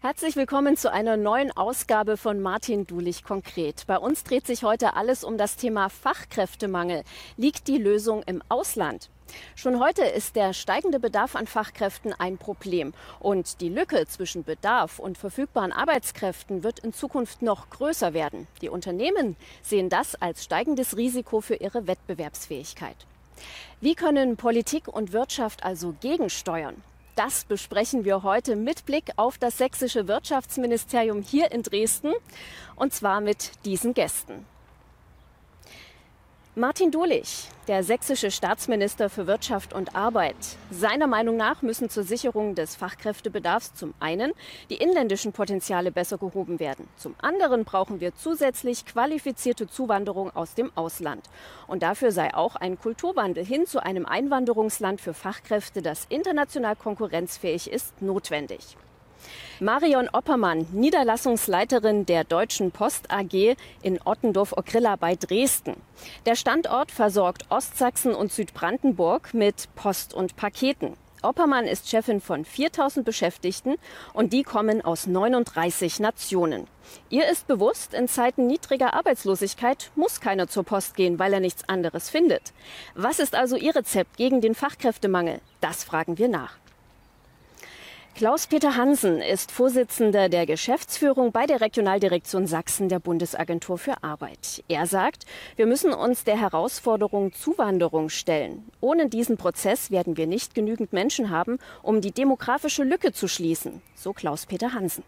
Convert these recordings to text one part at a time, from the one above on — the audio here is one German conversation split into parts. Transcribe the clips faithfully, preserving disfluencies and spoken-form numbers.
Herzlich willkommen zu einer neuen Ausgabe von Martin Dulich konkret. Bei uns dreht sich heute alles um das Thema Fachkräftemangel. Liegt die Lösung im Ausland? Schon heute ist der steigende Bedarf an Fachkräften ein Problem. Und die Lücke zwischen Bedarf und verfügbaren Arbeitskräften wird in Zukunft noch größer werden. Die Unternehmen sehen das als steigendes Risiko für ihre Wettbewerbsfähigkeit. Wie können Politik und Wirtschaft also gegensteuern? Das besprechen wir heute mit Blick auf das sächsische Wirtschaftsministerium hier in Dresden, und zwar mit diesen Gästen. Martin Dulich, der sächsische Staatsminister für Wirtschaft und Arbeit. Seiner Meinung nach müssen zur Sicherung des Fachkräftebedarfs zum einen die inländischen Potenziale besser gehoben werden. Zum anderen brauchen wir zusätzlich qualifizierte Zuwanderung aus dem Ausland. Und dafür sei auch ein Kulturwandel hin zu einem Einwanderungsland für Fachkräfte, das international konkurrenzfähig ist, notwendig. Marion Oppermann, Niederlassungsleiterin der Deutschen Post A G in Ottendorf-Okrilla bei Dresden. Der Standort versorgt Ostsachsen und Südbrandenburg mit Post und Paketen. Oppermann ist Chefin von viertausend Beschäftigten und die kommen aus neununddreißig Nationen. Ihr ist bewusst, in Zeiten niedriger Arbeitslosigkeit muss keiner zur Post gehen, weil er nichts anderes findet. Was ist also Ihr Rezept gegen den Fachkräftemangel? Das fragen wir nach. Klaus-Peter Hansen ist Vorsitzender der Geschäftsführung bei der Regionaldirektion Sachsen der Bundesagentur für Arbeit. Er sagt, wir müssen uns der Herausforderung Zuwanderung stellen. Ohne diesen Prozess werden wir nicht genügend Menschen haben, um die demografische Lücke zu schließen, so Klaus-Peter Hansen.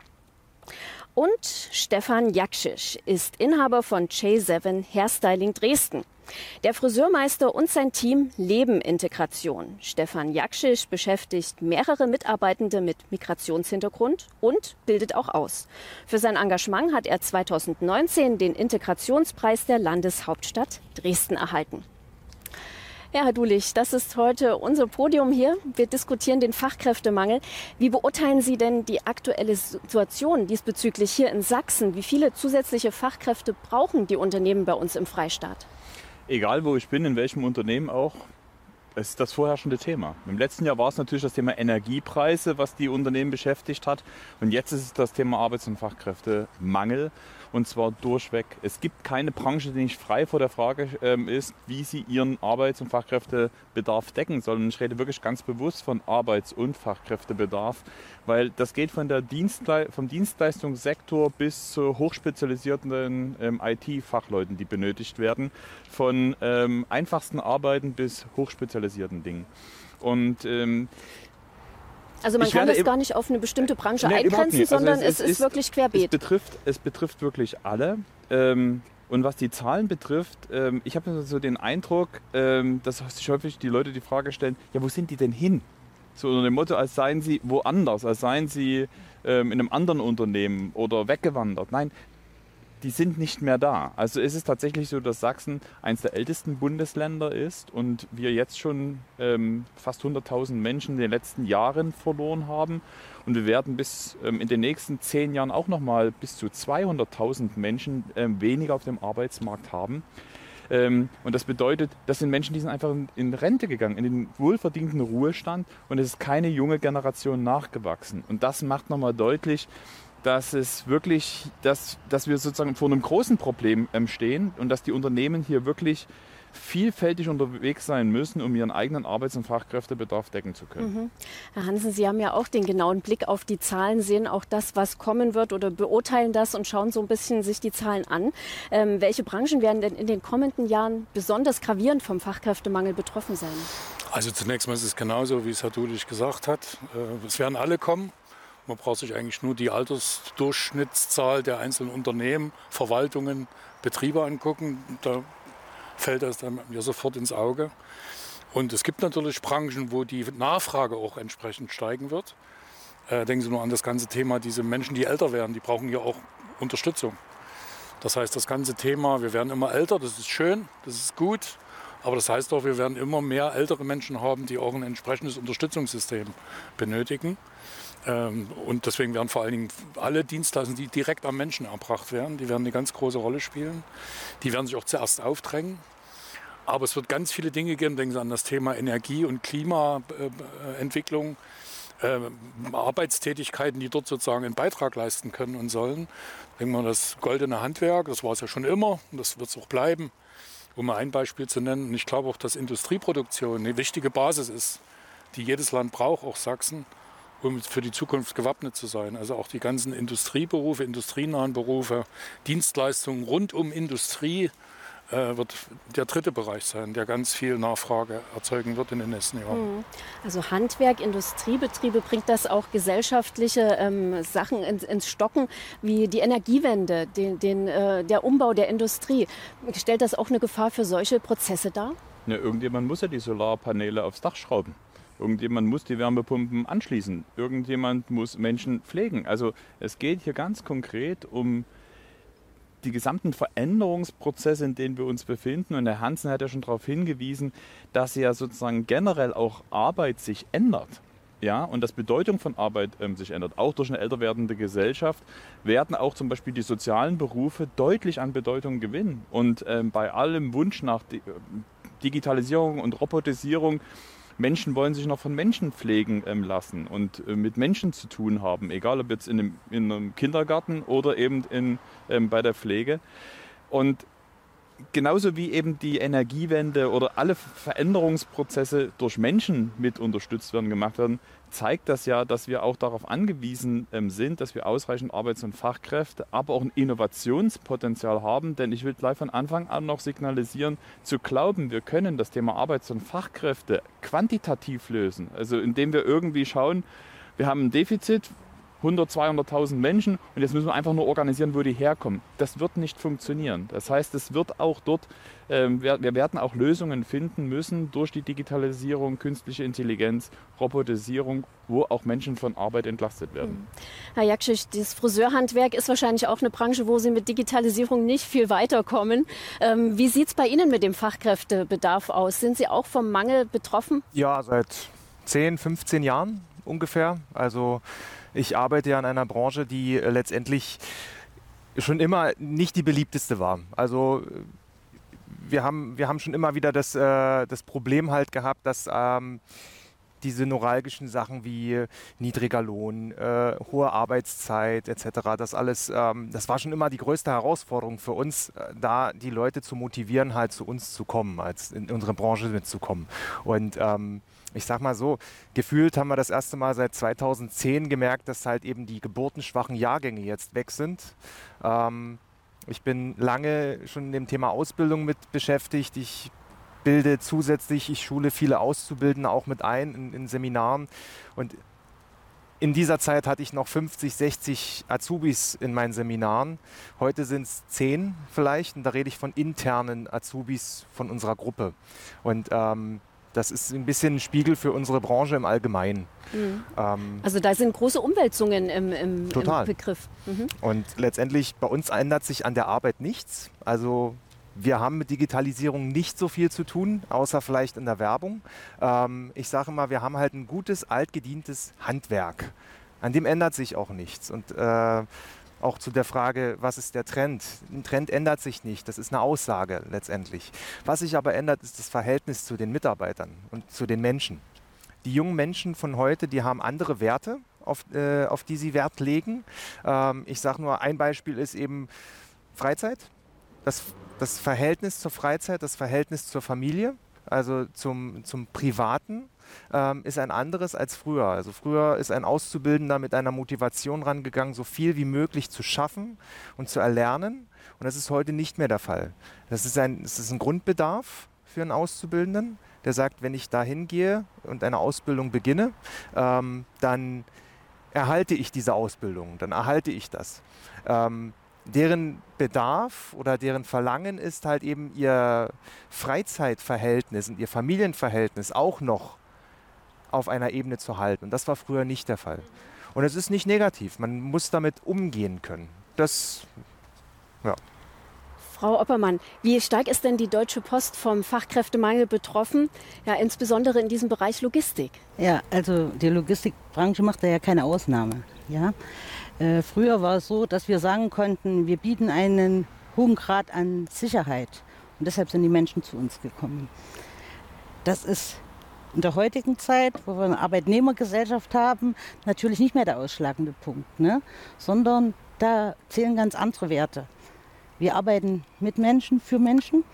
Und Stefan Jakschisch ist Inhaber von J sieben Hairstyling Dresden. Der Friseurmeister und sein Team leben Integration. Stefan Jakschisch beschäftigt mehrere Mitarbeitende mit Migrationshintergrund und bildet auch aus. Für sein Engagement hat er zweitausendneunzehn den Integrationspreis der Landeshauptstadt Dresden erhalten. Ja, Herr Dulich, das ist heute unser Podium hier. Wir diskutieren den Fachkräftemangel. Wie beurteilen Sie denn die aktuelle Situation diesbezüglich hier in Sachsen? Wie viele zusätzliche Fachkräfte brauchen die Unternehmen bei uns im Freistaat? Egal, wo ich bin, in welchem Unternehmen auch, es ist das vorherrschende Thema. Im letzten Jahr war es natürlich das Thema Energiepreise, was die Unternehmen beschäftigt hat. Und jetzt ist es das Thema Arbeits- und Fachkräftemangel. Und zwar durchweg. Es gibt keine Branche, die nicht frei vor der Frage ähm, ist, wie sie ihren Arbeits- und Fachkräftebedarf decken sollen. Ich rede wirklich ganz bewusst von Arbeits- und Fachkräftebedarf, weil das geht von der Dienstle- vom Dienstleistungssektor bis zu hochspezialisierten ähm, I T-Fachleuten, die benötigt werden, von ähm, einfachsten Arbeiten bis hochspezialisierten Dingen. Und ähm, Also man ich kann das eben, gar nicht auf eine bestimmte Branche nee, eingrenzen, also sondern es, es, es ist wirklich querbeet. Es betrifft, es betrifft wirklich alle. Ähm, und was die Zahlen betrifft, ähm, ich habe so den Eindruck, ähm, dass sich häufig die Leute die Frage stellen, ja, wo sind die denn hin? So unter dem Motto, als seien sie woanders, als seien sie ähm, in einem anderen Unternehmen oder weggewandert. Nein, die sind nicht mehr da. Also es ist tatsächlich so, dass Sachsen eines der ältesten Bundesländer ist und wir jetzt schon ähm, fast hunderttausend Menschen in den letzten Jahren verloren haben. Und wir werden bis ähm, in den nächsten zehn Jahren auch nochmal bis zu zweihunderttausend Menschen ähm, weniger auf dem Arbeitsmarkt haben. Ähm, und das bedeutet, das sind Menschen, die sind einfach in, in Rente gegangen, in den wohlverdienten Ruhestand, und es ist keine junge Generation nachgewachsen. Und das macht nochmal deutlich, dass es wirklich, dass, dass wir sozusagen vor einem großen Problem ähm, stehen und dass die Unternehmen hier wirklich vielfältig unterwegs sein müssen, um ihren eigenen Arbeits- und Fachkräftebedarf decken zu können. Mhm. Herr Hansen, Sie haben ja auch den genauen Blick auf die Zahlen, sehen auch das, was kommen wird, oder beurteilen das und schauen so ein bisschen sich die Zahlen an. Ähm, welche Branchen werden denn in den kommenden Jahren besonders gravierend vom Fachkräftemangel betroffen sein? Also zunächst mal ist es genauso, wie es Herr Dulich gesagt hat. Äh, es werden alle kommen. Man braucht sich eigentlich nur die Altersdurchschnittszahl der einzelnen Unternehmen, Verwaltungen, Betriebe angucken. Da fällt das dann mir sofort ins Auge. Und es gibt natürlich Branchen, wo die Nachfrage auch entsprechend steigen wird. Äh, denken Sie nur an das ganze Thema, diese Menschen, die älter werden, die brauchen ja auch Unterstützung. Das heißt, das ganze Thema, wir werden immer älter, das ist schön, das ist gut. Aber das heißt auch, wir werden immer mehr ältere Menschen haben, die auch ein entsprechendes Unterstützungssystem benötigen. Und deswegen werden vor allen Dingen alle Dienstleistungen, die direkt am Menschen erbracht werden, die werden eine ganz große Rolle spielen. Die werden sich auch zuerst aufdrängen. Aber es wird ganz viele Dinge geben, denken Sie an das Thema Energie- und Klimaentwicklung. äh, Arbeitstätigkeiten, die dort sozusagen einen Beitrag leisten können und sollen. Denken wir das goldene Handwerk, das war es ja schon immer und das wird es auch bleiben, um mal ein Beispiel zu nennen. Und ich glaube auch, dass Industrieproduktion eine wichtige Basis ist, die jedes Land braucht, auch Sachsen, um für die Zukunft gewappnet zu sein. Also auch die ganzen Industrieberufe, industrienahen Berufe, Dienstleistungen rund um Industrie äh, wird der dritte Bereich sein, der ganz viel Nachfrage erzeugen wird in den nächsten Jahren. Also Handwerk, Industriebetriebe, bringt das auch gesellschaftliche ähm, Sachen ins, ins Stocken, wie die Energiewende, den, den, äh, der Umbau der Industrie. Stellt das auch eine Gefahr für solche Prozesse dar? Ja, irgendjemand muss ja die Solarpaneele aufs Dach schrauben. Irgendjemand muss die Wärmepumpen anschließen. Irgendjemand muss Menschen pflegen. Also es geht hier ganz konkret um die gesamten Veränderungsprozesse, in denen wir uns befinden. Und Herr Hansen hat ja schon darauf hingewiesen, dass ja sozusagen generell auch Arbeit sich ändert. Ja, und dass Bedeutung von Arbeit ähm, sich ändert. Auch durch eine älter werdende Gesellschaft werden auch zum Beispiel die sozialen Berufe deutlich an Bedeutung gewinnen. Und ähm, bei allem Wunsch nach Di- Digitalisierung und Robotisierung, Menschen wollen sich noch von Menschen pflegen ähm, lassen und äh, mit Menschen zu tun haben, egal ob jetzt in einem, in einem Kindergarten oder eben in, ähm, bei der Pflege. Und genauso wie eben die Energiewende oder alle Veränderungsprozesse durch Menschen mit unterstützt werden, gemacht werden, zeigt das ja, dass wir auch darauf angewiesen ähm, sind, dass wir ausreichend Arbeits- und Fachkräfte, aber auch ein Innovationspotenzial haben. Denn ich will gleich von Anfang an noch signalisieren, zu glauben, wir können das Thema Arbeits- und Fachkräfte quantitativ lösen. Also indem wir irgendwie schauen, wir haben ein Defizit, hundert, zweihunderttausend Menschen und jetzt müssen wir einfach nur organisieren, wo die herkommen. Das wird nicht funktionieren. Das heißt, es wird auch dort, ähm, wir, wir werden auch Lösungen finden müssen durch die Digitalisierung, künstliche Intelligenz, Robotisierung, wo auch Menschen von Arbeit entlastet werden. Herr Jakšić, das Friseurhandwerk ist wahrscheinlich auch eine Branche, wo Sie mit Digitalisierung nicht viel weiterkommen. Ähm, wie sieht es bei Ihnen mit dem Fachkräftebedarf aus? Sind Sie auch vom Mangel betroffen? Ja, seit zehn, fünfzehn Jahren ungefähr. Also ich arbeite ja in einer Branche, die äh, letztendlich schon immer nicht die beliebteste war. Also wir haben, wir haben schon immer wieder das, äh, das Problem halt gehabt, dass ähm, diese neuralgischen Sachen wie niedriger Lohn, äh, hohe Arbeitszeit et cetera, das alles, ähm, das war schon immer die größte Herausforderung für uns, äh, da die Leute zu motivieren, halt zu uns zu kommen, als in unsere Branche mitzukommen. Und ähm, ich sag mal so, gefühlt haben wir das erste Mal seit zweitausendzehn gemerkt, dass halt eben die geburtenschwachen Jahrgänge jetzt weg sind. Ähm, ich bin lange schon in dem Thema Ausbildung mit beschäftigt. Ich bilde zusätzlich, ich schule viele Auszubildende auch mit ein in, in Seminaren. Und in dieser Zeit hatte ich noch fünfzig, sechzig Azubis in meinen Seminaren. Heute sind es zehn vielleicht. Und da rede ich von internen Azubis von unserer Gruppe. Und ähm, das ist ein bisschen ein Spiegel für unsere Branche im Allgemeinen. Mhm. Ähm, Also da sind große Umwälzungen im, im, Total. im Begriff. Mhm. Und letztendlich, bei uns ändert sich an der Arbeit nichts. Also wir haben mit Digitalisierung nicht so viel zu tun, außer vielleicht in der Werbung. Ähm, ich sage immer, wir haben halt ein gutes, altgedientes Handwerk. An dem ändert sich auch nichts. Und äh, auch zu der Frage, was ist der Trend? Ein Trend ändert sich nicht, das ist eine Aussage letztendlich. Was sich aber ändert, ist das Verhältnis zu den Mitarbeitern und zu den Menschen. Die jungen Menschen von heute, die haben andere Werte, auf, äh, auf die sie Wert legen. Ähm, ich sage nur, ein Beispiel ist eben Freizeit, das, das Verhältnis zur Freizeit, das Verhältnis zur Familie, also zum, zum Privaten. Ähm, ist ein anderes als früher. Also früher ist ein Auszubildender mit einer Motivation rangegangen, so viel wie möglich zu schaffen und zu erlernen. Und das ist heute nicht mehr der Fall. Das ist ein, das ist ein Grundbedarf für einen Auszubildenden, der sagt, wenn ich da hingehe und eine Ausbildung beginne, ähm, dann erhalte ich diese Ausbildung, dann erhalte ich das. Ähm, Deren Bedarf oder deren Verlangen ist halt eben ihr Freizeitverhältnis und ihr Familienverhältnis auch noch auf einer Ebene zu halten. Und das war früher nicht der Fall. Und es ist nicht negativ. Man muss damit umgehen können. Das, ja. Frau Oppermann, wie stark ist denn die Deutsche Post vom Fachkräftemangel betroffen, ja, insbesondere in diesem Bereich Logistik? Ja, also die Logistikbranche macht da ja keine Ausnahme. Ja? Äh, früher war es so, dass wir sagen konnten, wir bieten einen hohen Grad an Sicherheit. Und deshalb sind die Menschen zu uns gekommen. Das ist in der heutigen Zeit, wo wir eine Arbeitnehmergesellschaft haben, natürlich nicht mehr der ausschlagende Punkt, ne? Sondern da zählen ganz andere Werte. Wir arbeiten mit Menschen, für Menschen.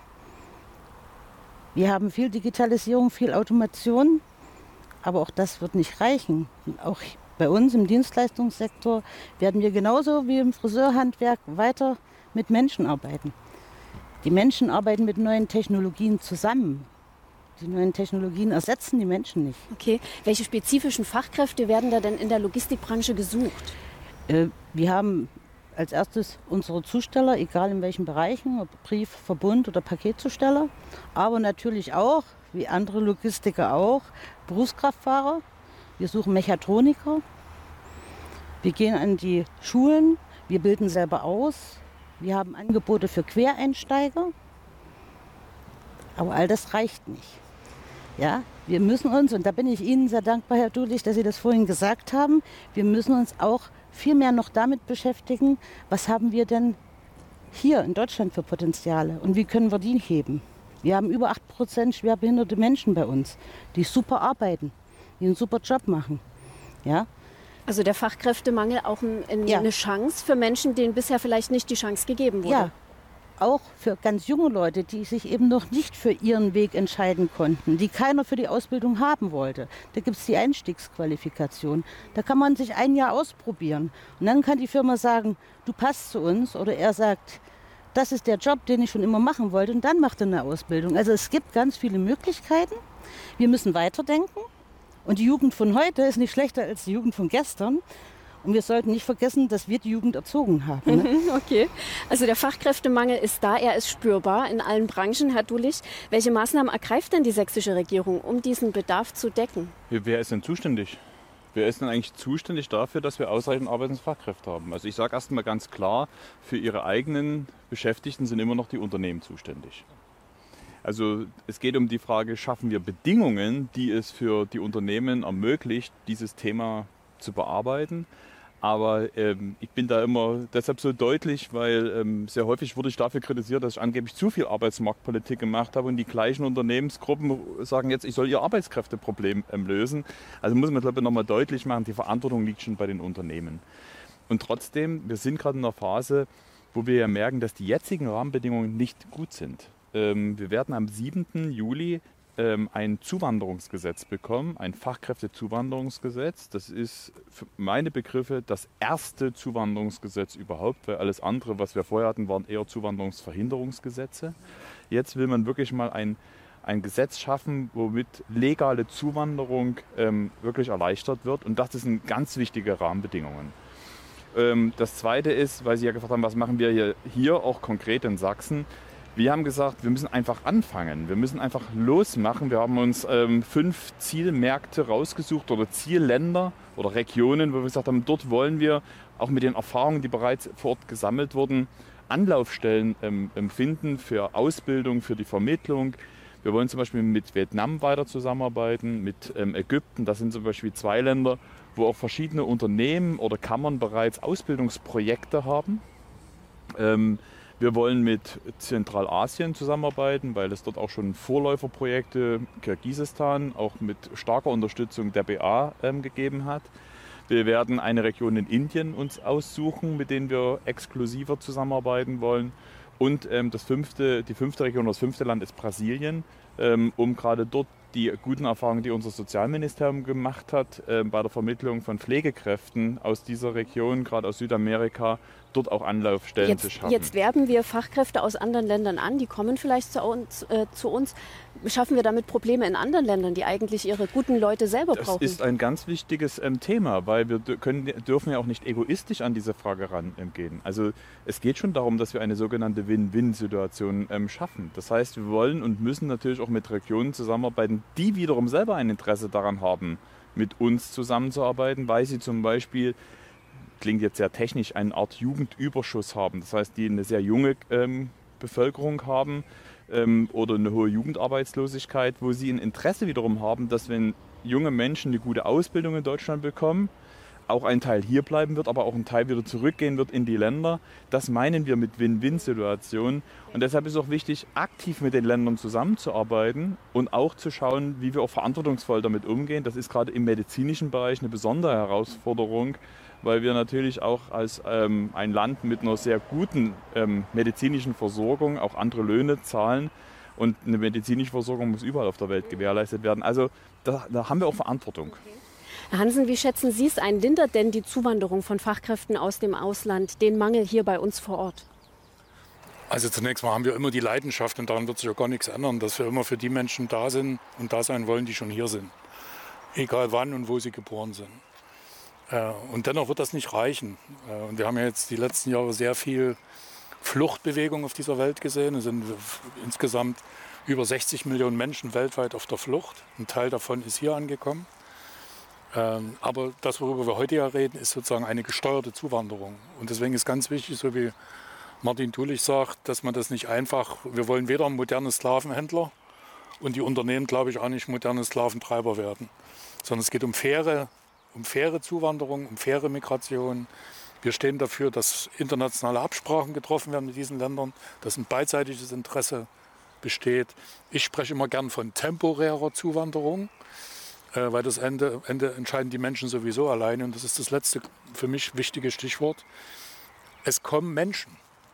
Wir haben viel Digitalisierung, viel Automation, aber auch das wird nicht reichen. Auch bei uns im Dienstleistungssektor werden wir genauso wie im Friseurhandwerk weiter mit Menschen arbeiten. Die Menschen arbeiten mit neuen Technologien zusammen. Die neuen Technologien ersetzen die Menschen nicht. Okay, welche spezifischen Fachkräfte werden da denn in der Logistikbranche gesucht? Äh, wir haben als erstes unsere Zusteller, egal in welchen Bereichen, ob Brief, Verbund oder Paketzusteller. Aber natürlich auch, wie andere Logistiker auch, Berufskraftfahrer. Wir suchen Mechatroniker. Wir gehen an die Schulen. Wir bilden selber aus. Wir haben Angebote für Quereinsteiger. Aber all das reicht nicht. Ja, wir müssen uns, und da bin ich Ihnen sehr dankbar, Herr Dulich, dass Sie das vorhin gesagt haben, wir müssen uns auch viel mehr noch damit beschäftigen, was haben wir denn hier in Deutschland für Potenziale und wie können wir die heben. Wir haben über acht Prozent schwerbehinderte Menschen bei uns, die super arbeiten, die einen super Job machen. Ja? Also der Fachkräftemangel auch ein, ein, Ja. eine Chance für Menschen, denen bisher vielleicht nicht die Chance gegeben wurde. Ja, auch für ganz junge Leute, die sich eben noch nicht für ihren Weg entscheiden konnten, die keiner für die Ausbildung haben wollte. Da gibt es die Einstiegsqualifikation. Da kann man sich ein Jahr ausprobieren. Und dann kann die Firma sagen, du passt zu uns. Oder er sagt, das ist der Job, den ich schon immer machen wollte. Und dann macht er eine Ausbildung. Also es gibt ganz viele Möglichkeiten. Wir müssen weiterdenken. Und die Jugend von heute ist nicht schlechter als die Jugend von gestern. Und wir sollten nicht vergessen, dass wir die Jugend erzogen haben. Ne? Okay, also der Fachkräftemangel ist da, er ist spürbar in allen Branchen. Herr Dulich, welche Maßnahmen ergreift denn die sächsische Regierung, um diesen Bedarf zu decken? Wer ist denn zuständig? Wer ist denn eigentlich zuständig dafür, dass wir ausreichend Arbeits- und Fachkräfte haben? Also ich sage erst mal ganz klar, für ihre eigenen Beschäftigten sind immer noch die Unternehmen zuständig. Also es geht um die Frage, schaffen wir Bedingungen, die es für die Unternehmen ermöglicht, dieses Thema zu bearbeiten. Aber ähm, ich bin da immer deshalb so deutlich, weil ähm, sehr häufig wurde ich dafür kritisiert, dass ich angeblich zu viel Arbeitsmarktpolitik gemacht habe und die gleichen Unternehmensgruppen sagen jetzt, ich soll ihr Arbeitskräfteproblem ähm, lösen. Also muss man, glaube ich, nochmal deutlich machen, die Verantwortung liegt schon bei den Unternehmen. Und trotzdem, wir sind gerade in einer Phase, wo wir ja merken, dass die jetzigen Rahmenbedingungen nicht gut sind. Ähm, wir werden am siebten Juli ein Zuwanderungsgesetz bekommen, ein Fachkräftezuwanderungsgesetz. Das ist für meine Begriffe das erste Zuwanderungsgesetz überhaupt, weil alles andere, was wir vorher hatten, waren eher Zuwanderungsverhinderungsgesetze. Jetzt will man wirklich mal ein, ein Gesetz schaffen, womit legale Zuwanderung ähm, wirklich erleichtert wird. Und das sind ganz wichtige Rahmenbedingungen. Ähm, das Zweite ist, weil Sie ja gefragt haben, was machen wir hier, hier auch konkret in Sachsen. Wir haben gesagt, wir müssen einfach anfangen, wir müssen einfach losmachen. Wir haben uns ähm, fünf Zielmärkte rausgesucht oder Zielländer oder Regionen, wo wir gesagt haben, dort wollen wir auch mit den Erfahrungen, die bereits vor Ort gesammelt wurden, Anlaufstellen ähm, finden für Ausbildung, für die Vermittlung. Wir wollen zum Beispiel mit Vietnam weiter zusammenarbeiten, mit ähm, Ägypten. Das sind zum Beispiel zwei Länder, wo auch verschiedene Unternehmen oder Kammern bereits Ausbildungsprojekte haben. Ähm, Wir wollen mit Zentralasien zusammenarbeiten, weil es dort auch schon Vorläuferprojekte, Kirgisistan, auch mit starker Unterstützung der B A ähm, gegeben hat. Wir werden eine Region in Indien uns aussuchen, mit denen wir exklusiver zusammenarbeiten wollen. Und ähm, das fünfte, die fünfte Region, das fünfte Land ist Brasilien, ähm, um gerade dort die guten Erfahrungen, die unser Sozialministerium gemacht hat, äh, bei der Vermittlung von Pflegekräften aus dieser Region, gerade aus Südamerika, dort auch Anlaufstellen Jetzt, zu schaffen. jetzt werben wir Fachkräfte aus anderen Ländern an, die kommen vielleicht zu uns, äh, zu uns. Schaffen wir damit Probleme in anderen Ländern, die eigentlich ihre guten Leute selber Das brauchen? ist ein ganz wichtiges ähm, Thema, weil wir können, dürfen ja auch nicht egoistisch an diese Frage rangehen. Also es geht schon darum, dass wir eine sogenannte Win-Win-Situation ähm, schaffen. Das heißt, wir wollen und müssen natürlich auch mit Regionen zusammenarbeiten, die wiederum selber ein Interesse daran haben, mit uns zusammenzuarbeiten, weil sie zum Beispiel, klingt jetzt sehr technisch, eine Art Jugendüberschuss haben. Das heißt, die eine sehr junge ähm, Bevölkerung haben ähm, oder eine hohe Jugendarbeitslosigkeit, wo sie ein Interesse wiederum haben, dass wenn junge Menschen eine gute Ausbildung in Deutschland bekommen, auch ein Teil hier bleiben wird, aber auch ein Teil wieder zurückgehen wird in die Länder. Das meinen wir mit Win-Win-Situationen. Und deshalb ist es auch wichtig, aktiv mit den Ländern zusammenzuarbeiten und auch zu schauen, wie wir auch verantwortungsvoll damit umgehen. Das ist gerade im medizinischen Bereich eine besondere Herausforderung, weil wir natürlich auch als ähm, ein Land mit einer sehr guten ähm, medizinischen Versorgung auch andere Löhne zahlen. Und eine medizinische Versorgung muss überall auf der Welt gewährleistet werden. Also da, da haben wir auch Verantwortung. Herr Hansen, wie schätzen Sie es ein? Lindert denn die Zuwanderung von Fachkräften aus dem Ausland den Mangel hier bei uns vor Ort? Also zunächst mal haben wir immer die Leidenschaft, und daran wird sich auch gar nichts ändern, dass wir immer für die Menschen da sind und da sein wollen, die schon hier sind. Egal wann und wo sie geboren sind. Und dennoch wird das nicht reichen. Und wir haben ja jetzt die letzten Jahre sehr viel Fluchtbewegung auf dieser Welt gesehen. Es sind insgesamt über sechzig Millionen Menschen weltweit auf der Flucht. Ein Teil davon ist hier angekommen. Ähm, aber das, worüber wir heute ja reden, ist sozusagen eine gesteuerte Zuwanderung. Und deswegen ist ganz wichtig, so wie Martin Dulich sagt, dass man das nicht einfach, wir wollen weder ein modernes Sklavenhändler und die Unternehmen, glaube ich, auch nicht moderne Sklaventreiber werden. Sondern es geht um faire, um faire Zuwanderung, um faire Migration. Wir stehen dafür, dass internationale Absprachen getroffen werden mit diesen Ländern, dass ein beidseitiges Interesse besteht. Ich spreche immer gern von temporärer Zuwanderung. Weil das Ende, Ende entscheiden die Menschen sowieso alleine. Und das ist das letzte für mich wichtige Stichwort. Es kommen Menschen.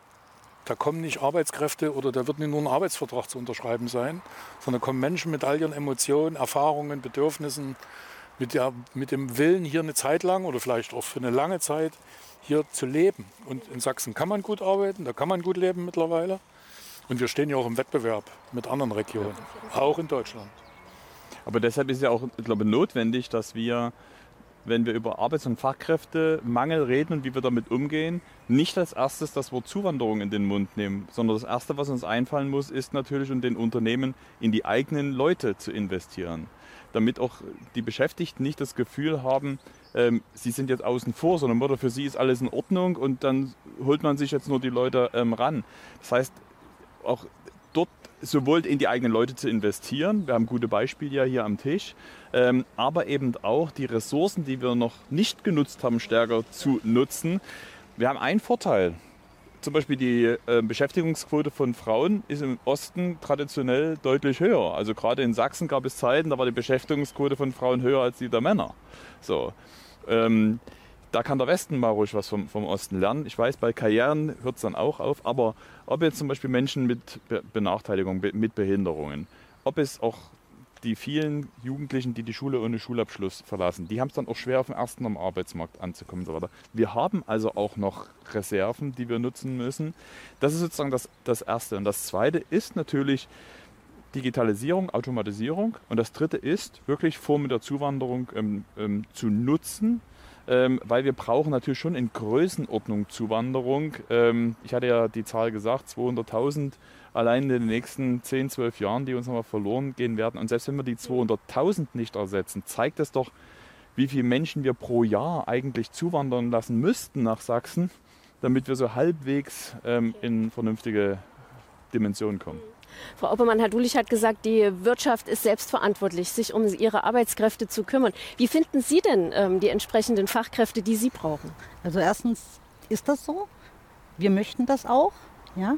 Da kommen nicht Arbeitskräfte oder da wird nicht nur ein Arbeitsvertrag zu unterschreiben sein, sondern kommen Menschen mit all ihren Emotionen, Erfahrungen, Bedürfnissen, mit, der, mit dem Willen, hier eine Zeit lang oder vielleicht auch für eine lange Zeit hier zu leben. Und in Sachsen kann man gut arbeiten, da kann man gut leben mittlerweile. Und wir stehen ja auch im Wettbewerb mit anderen Regionen, auch in Deutschland. Aber deshalb ist ja auch, ich glaube, notwendig, dass wir, wenn wir über Arbeits- und Fachkräftemangel reden und wie wir damit umgehen, nicht als erstes das Wort Zuwanderung in den Mund nehmen, sondern das Erste, was uns einfallen muss, ist natürlich, um den Unternehmen in die eigenen Leute zu investieren. Damit auch die Beschäftigten nicht das Gefühl haben, ähm, sie sind jetzt außen vor, sondern oder für sie ist alles in Ordnung und dann holt man sich jetzt nur die Leute ähm, ran. Das heißt, auch dort sowohl in die eigenen Leute zu investieren, wir haben gute Beispiele ja hier am Tisch, ähm, aber eben auch die Ressourcen, die wir noch nicht genutzt haben, stärker zu nutzen. Wir haben einen Vorteil, zum Beispiel die äh, Beschäftigungsquote von Frauen ist im Osten traditionell deutlich höher. Also gerade in Sachsen gab es Zeiten, da war die Beschäftigungsquote von Frauen höher als die der Männer. So, ähm, Da kann der Westen mal ruhig was vom, vom Osten lernen. Ich weiß, bei Karrieren hört es dann auch auf. Aber ob jetzt zum Beispiel Menschen mit Be- Benachteiligung, be- mit Behinderungen, ob es auch die vielen Jugendlichen, die die Schule ohne Schulabschluss verlassen, die haben es dann auch schwer auf dem ersten am Arbeitsmarkt anzukommen und so weiter. Wir haben also auch noch Reserven, die wir nutzen müssen. Das ist sozusagen das, das Erste. Und das Zweite ist natürlich Digitalisierung, Automatisierung. Und das Dritte ist wirklich Formen der Zuwanderung ähm, ähm, zu nutzen. Ähm, weil wir brauchen natürlich schon in Größenordnung Zuwanderung. Ähm, ich hatte ja die Zahl gesagt, zweihunderttausend allein in den nächsten zehn, zwölf Jahren, die uns nochmal verloren gehen werden. Und selbst wenn wir die zweihunderttausend nicht ersetzen, zeigt das doch, wie viele Menschen wir pro Jahr eigentlich zuwandern lassen müssten nach Sachsen, damit wir so halbwegs ähm, in vernünftige Dimensionen kommen. Frau Oppermann, Herr Dulich hat gesagt, die Wirtschaft ist selbstverantwortlich, sich um ihre Arbeitskräfte zu kümmern. Wie finden Sie denn ähm, die entsprechenden Fachkräfte, die Sie brauchen? Also erstens ist das so. Wir möchten das auch. Ja?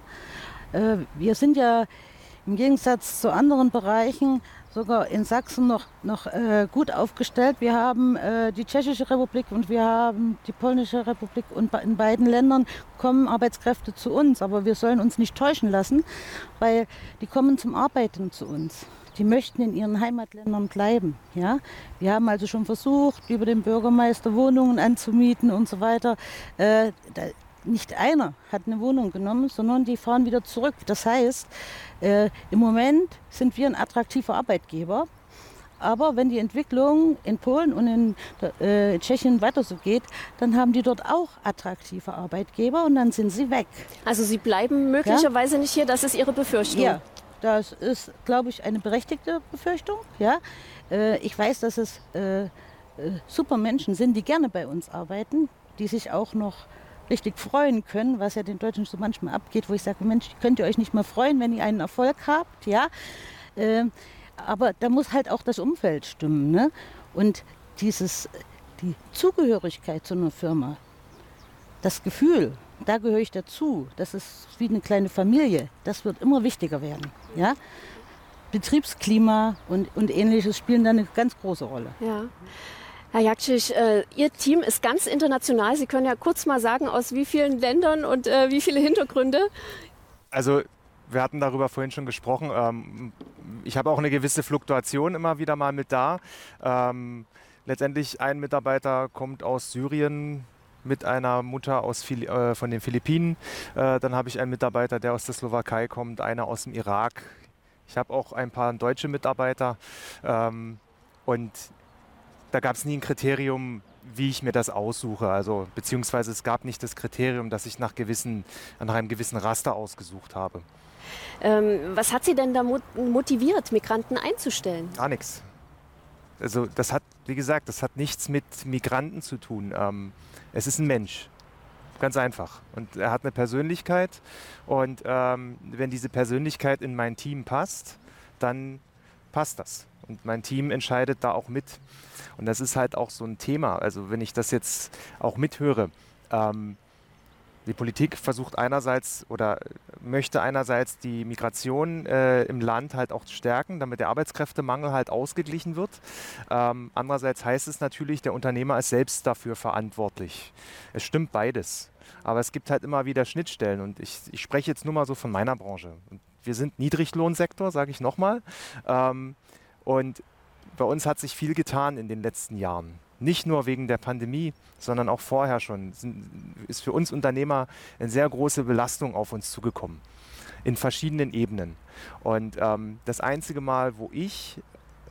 Äh, wir sind ja im Gegensatz zu anderen Bereichen sogar in Sachsen noch, noch äh, gut aufgestellt. Wir haben äh, die Tschechische Republik und wir haben die Polnische Republik und in beiden Ländern kommen Arbeitskräfte zu uns. Aber wir sollen uns nicht täuschen lassen, weil die kommen zum Arbeiten zu uns. Die möchten in ihren Heimatländern bleiben. Ja? Wir haben also schon versucht, über den Bürgermeister Wohnungen anzumieten und so weiter. Äh, da, Nicht einer hat eine Wohnung genommen, sondern die fahren wieder zurück. Das heißt, äh, im Moment sind wir ein attraktiver Arbeitgeber. Aber wenn die Entwicklung in Polen und in äh, Tschechien weiter so geht, dann haben die dort auch attraktive Arbeitgeber und dann sind sie weg. Also Sie bleiben möglicherweise ja? nicht hier, das ist Ihre Befürchtung? Ja, das ist, glaube ich, eine berechtigte Befürchtung. Ja? Äh, ich weiß, dass es äh, äh, super Menschen sind, die gerne bei uns arbeiten, die sich auch noch richtig freuen können, was ja den Deutschen so manchmal abgeht, wo ich sage, Mensch, könnt ihr euch nicht mal freuen, wenn ihr einen Erfolg habt, ja. Ähm, aber da muss halt auch das Umfeld stimmen, ne? Und dieses die Zugehörigkeit zu einer Firma, das Gefühl, da gehöre ich dazu, das ist wie eine kleine Familie, das wird immer wichtiger werden. Ja? Betriebsklima und, und Ähnliches spielen da eine ganz große Rolle. Ja. Herr Jakšić, äh, Ihr Team ist ganz international. Sie können ja kurz mal sagen, aus wie vielen Ländern und äh, wie viele Hintergründe? Also wir hatten darüber vorhin schon gesprochen. Ähm, ich habe auch eine gewisse Fluktuation immer wieder mal mit da. Ähm, letztendlich ein Mitarbeiter kommt aus Syrien mit einer Mutter aus Phili- äh, von den Philippinen. Äh, dann habe ich einen Mitarbeiter, der aus der Slowakei kommt, einer aus dem Irak. Ich habe auch ein paar deutsche Mitarbeiter. Ähm, und da gab es nie ein Kriterium, wie ich mir das aussuche. Also, beziehungsweise es gab nicht das Kriterium, dass ich nach, gewissen, nach einem gewissen Raster ausgesucht habe. Ähm, was hat Sie denn da motiviert, Migranten einzustellen? Gar nichts. Also das hat, wie gesagt, das hat nichts mit Migranten zu tun. Ähm, es ist ein Mensch. Ganz einfach. Und er hat eine Persönlichkeit. Und ähm, wenn diese Persönlichkeit in mein Team passt, dann passt das. Und mein Team entscheidet da auch mit. Und das ist halt auch so ein Thema. Also wenn ich das jetzt auch mithöre, ähm, die Politik versucht einerseits oder möchte einerseits die Migration äh, im Land halt auch stärken, damit der Arbeitskräftemangel halt ausgeglichen wird. Ähm, andererseits heißt es natürlich, der Unternehmer ist selbst dafür verantwortlich. Es stimmt beides. Aber es gibt halt immer wieder Schnittstellen. Und ich, ich spreche jetzt nur mal so von meiner Branche. Und wir sind Niedriglohnsektor, sage ich nochmal. Ähm, und bei uns hat sich viel getan in den letzten Jahren. Nicht nur wegen der Pandemie, sondern auch vorher schon. Ist für uns Unternehmer eine sehr große Belastung auf uns zugekommen. In verschiedenen Ebenen. Und ähm, das einzige Mal, wo ich,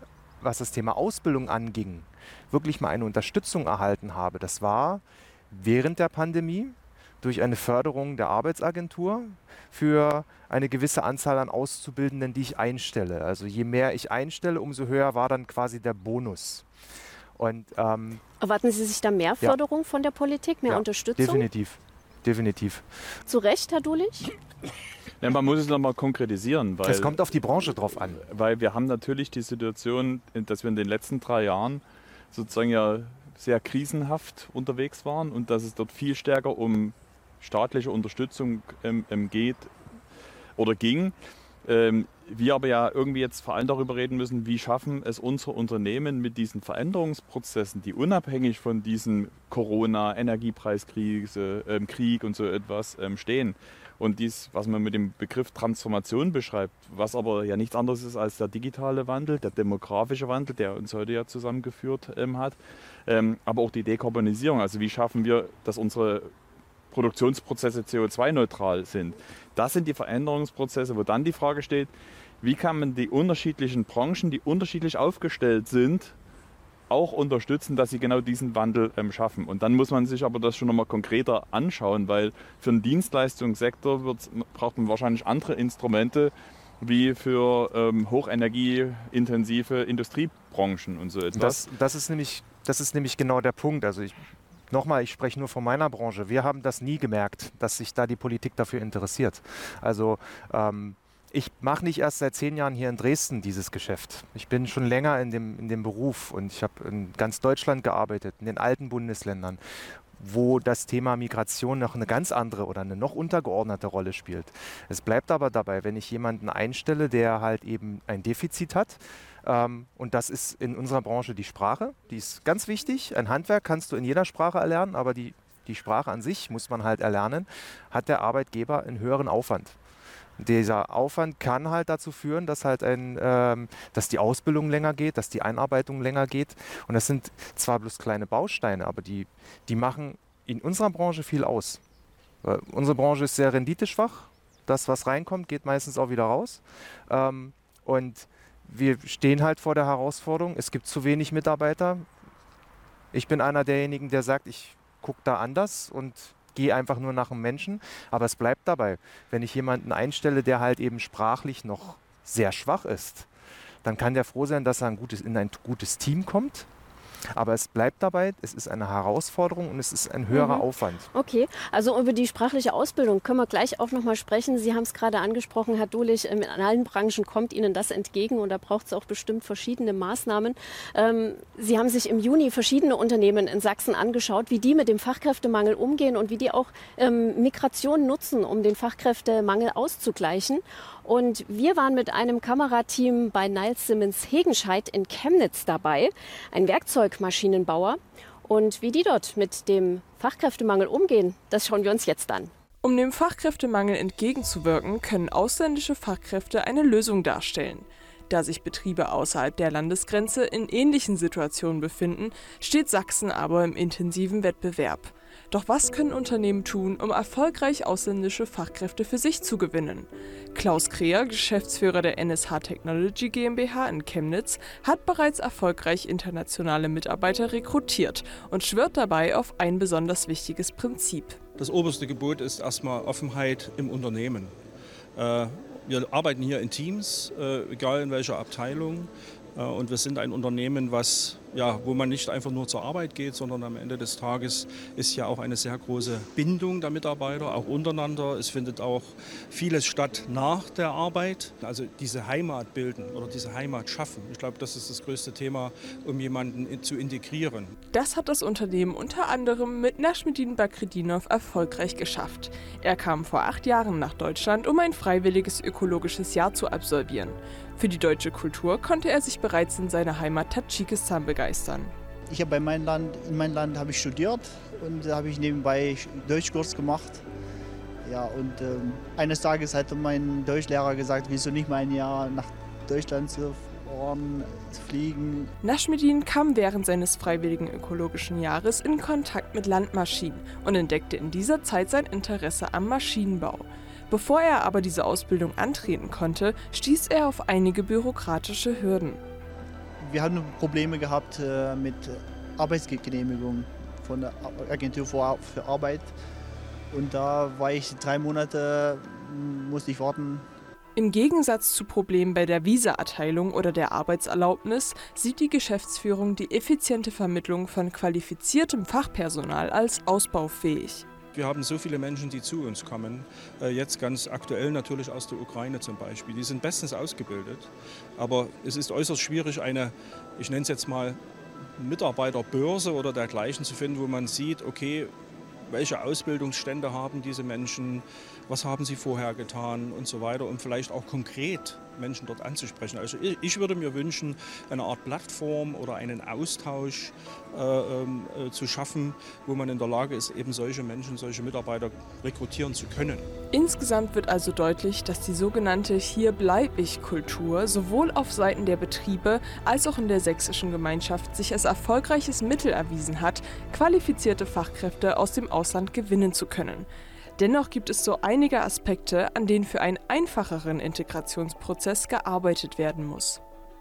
was das Thema Ausbildung anging, wirklich mal eine Unterstützung erhalten habe, das war während der Pandemie durch eine Förderung der Arbeitsagentur für eine gewisse Anzahl an Auszubildenden, die ich einstelle. Also je mehr ich einstelle, umso höher war dann quasi der Bonus. Und, ähm, Erwarten Sie sich da mehr Förderung ja. von der Politik, mehr ja, Unterstützung? Definitiv, definitiv. Zu Recht, Herr Dulich? Ja, man muss es nochmal konkretisieren. Weil, es kommt auf die Branche drauf an. Weil wir haben natürlich die Situation, dass wir in den letzten drei Jahren sozusagen ja sehr krisenhaft unterwegs waren und dass es dort viel stärker um staatliche Unterstützung ähm, ähm, geht oder ging. Ähm, wir aber ja irgendwie jetzt vor allem darüber reden müssen, wie schaffen es unsere Unternehmen mit diesen Veränderungsprozessen, die unabhängig von diesem Corona, Energiepreiskrise, ähm, Krieg und so etwas ähm, stehen. Und dies, was man mit dem Begriff Transformation beschreibt, was aber ja nichts anderes ist als der digitale Wandel, der demografische Wandel, der uns heute ja zusammengeführt ähm, hat, ähm, aber auch die Dekarbonisierung. Also wie schaffen wir, dass unsere Produktionsprozesse C O zwei neutral sind. Das sind die Veränderungsprozesse, wo dann die Frage steht, wie kann man die unterschiedlichen Branchen, die unterschiedlich aufgestellt sind, auch unterstützen, dass sie genau diesen Wandel ähm, schaffen. Und dann muss man sich aber das schon nochmal konkreter anschauen, weil für den Dienstleistungssektor wird's, braucht man wahrscheinlich andere Instrumente wie für ähm, hochenergieintensive Industriebranchen und so etwas. Das, das, ist nämlich, das ist nämlich genau der Punkt. Also ich Nochmal, ich spreche nur von meiner Branche. Wir haben das nie gemerkt, dass sich da die Politik dafür interessiert. Also ähm, ich mache nicht erst seit zehn Jahren hier in Dresden dieses Geschäft. Ich bin schon länger in dem, in dem Beruf und ich habe in ganz Deutschland gearbeitet, in den alten Bundesländern, wo das Thema Migration noch eine ganz andere oder eine noch untergeordnete Rolle spielt. Es bleibt aber dabei, wenn ich jemanden einstelle, der halt eben ein Defizit hat, ähm, und das ist in unserer Branche die Sprache, die ist ganz wichtig. Ein Handwerk kannst du in jeder Sprache erlernen, aber die, die Sprache an sich muss man halt erlernen, hat der Arbeitgeber einen höheren Aufwand. Dieser Aufwand kann halt dazu führen, dass halt ein, ähm, dass die Ausbildung länger geht, dass die Einarbeitung länger geht. Und das sind zwar bloß kleine Bausteine, aber die, die machen in unserer Branche viel aus. Weil unsere Branche ist sehr renditeschwach. Das, was reinkommt, geht meistens auch wieder raus. Ähm, und wir stehen halt vor der Herausforderung, es gibt zu wenig Mitarbeiter. Ich bin einer derjenigen, der sagt, ich gucke da anders und gehe einfach nur nach dem Menschen, aber es bleibt dabei. Wenn ich jemanden einstelle, der halt eben sprachlich noch sehr schwach ist, dann kann der froh sein, dass er ein gutes, in ein gutes Team kommt. Aber es bleibt dabei, es ist eine Herausforderung und es ist ein höherer Mhm. Aufwand. Okay, also über die sprachliche Ausbildung können wir gleich auch noch mal sprechen. Sie haben es gerade angesprochen, Herr Dulich, in allen Branchen kommt Ihnen das entgegen und da braucht es auch bestimmt verschiedene Maßnahmen. Ähm, Sie haben sich im Juni verschiedene Unternehmen in Sachsen angeschaut, wie die mit dem Fachkräftemangel umgehen und wie die auch ähm, Migration nutzen, um den Fachkräftemangel auszugleichen. Und wir waren mit einem Kamerateam bei Niles Simmons Hegenscheid in Chemnitz dabei, ein Werkzeugmaschinenbauer. Und wie die dort mit dem Fachkräftemangel umgehen, das schauen wir uns jetzt an. Um dem Fachkräftemangel entgegenzuwirken, können ausländische Fachkräfte eine Lösung darstellen. Da sich Betriebe außerhalb der Landesgrenze in ähnlichen Situationen befinden, steht Sachsen aber im intensiven Wettbewerb. Doch was können Unternehmen tun, um erfolgreich ausländische Fachkräfte für sich zu gewinnen? Klaus Kreher, Geschäftsführer der N S H Technology GmbH in Chemnitz, hat bereits erfolgreich internationale Mitarbeiter rekrutiert und schwört dabei auf ein besonders wichtiges Prinzip. Das oberste Gebot ist erstmal Offenheit im Unternehmen. Äh, wir arbeiten hier in Teams, äh, egal in welcher Abteilung. Äh, und wir sind ein Unternehmen, was, ja, wo man nicht einfach nur zur Arbeit geht, sondern am Ende des Tages ist ja auch eine sehr große Bindung der Mitarbeiter, auch untereinander. Es findet auch vieles statt nach der Arbeit. Also diese Heimat bilden oder diese Heimat schaffen. Ich glaube, das ist das größte Thema, um jemanden zu integrieren. Das hat das Unternehmen unter anderem mit Nashmedin Bakredinov erfolgreich geschafft. Er kam vor acht Jahren nach Deutschland, um ein freiwilliges ökologisches Jahr zu absolvieren. Für die deutsche Kultur konnte er sich bereits in seiner Heimat Tadschikistan begeistern. Ich habe bei meinem Land, in meinem Land habe ich studiert und da habe ich nebenbei Deutschkurs gemacht. Ja, und ähm, eines Tages hat mein Deutschlehrer gesagt, wieso nicht mal ein Jahr nach Deutschland zu fahren, zu fliegen. Nashmedin kam während seines freiwilligen ökologischen Jahres in Kontakt mit Landmaschinen und entdeckte in dieser Zeit sein Interesse am Maschinenbau. Bevor er aber diese Ausbildung antreten konnte, stieß er auf einige bürokratische Hürden. Wir haben Probleme gehabt äh, mit Arbeitsgenehmigung von der Agentur für Arbeit. Und da war ich drei Monate, musste ich warten. Im Gegensatz zu Problemen bei der Visa-Erteilung oder der Arbeitserlaubnis sieht die Geschäftsführung die effiziente Vermittlung von qualifiziertem Fachpersonal als ausbaufähig. Wir haben so viele Menschen, die zu uns kommen, jetzt ganz aktuell natürlich aus der Ukraine zum Beispiel. Die sind bestens ausgebildet, aber es ist äußerst schwierig, eine, ich nenne es jetzt mal, Mitarbeiterbörse oder dergleichen zu finden, wo man sieht, okay, welche Ausbildungsstände haben diese Menschen, was haben sie vorher getan und so weiter, um vielleicht auch konkret Menschen dort anzusprechen. Also ich, ich würde mir wünschen, eine Art Plattform oder einen Austausch äh, äh, zu schaffen, wo man in der Lage ist, eben solche Menschen, solche Mitarbeiter rekrutieren zu können. Insgesamt wird also deutlich, dass die sogenannte Hier-bleib-ich-Kultur sowohl auf Seiten der Betriebe als auch in der sächsischen Gemeinschaft sich als erfolgreiches Mittel erwiesen hat, qualifizierte Fachkräfte aus dem Ausland gewinnen zu können. Dennoch gibt es so einige Aspekte, an denen für einen einfacheren Integrationsprozess gearbeitet werden muss.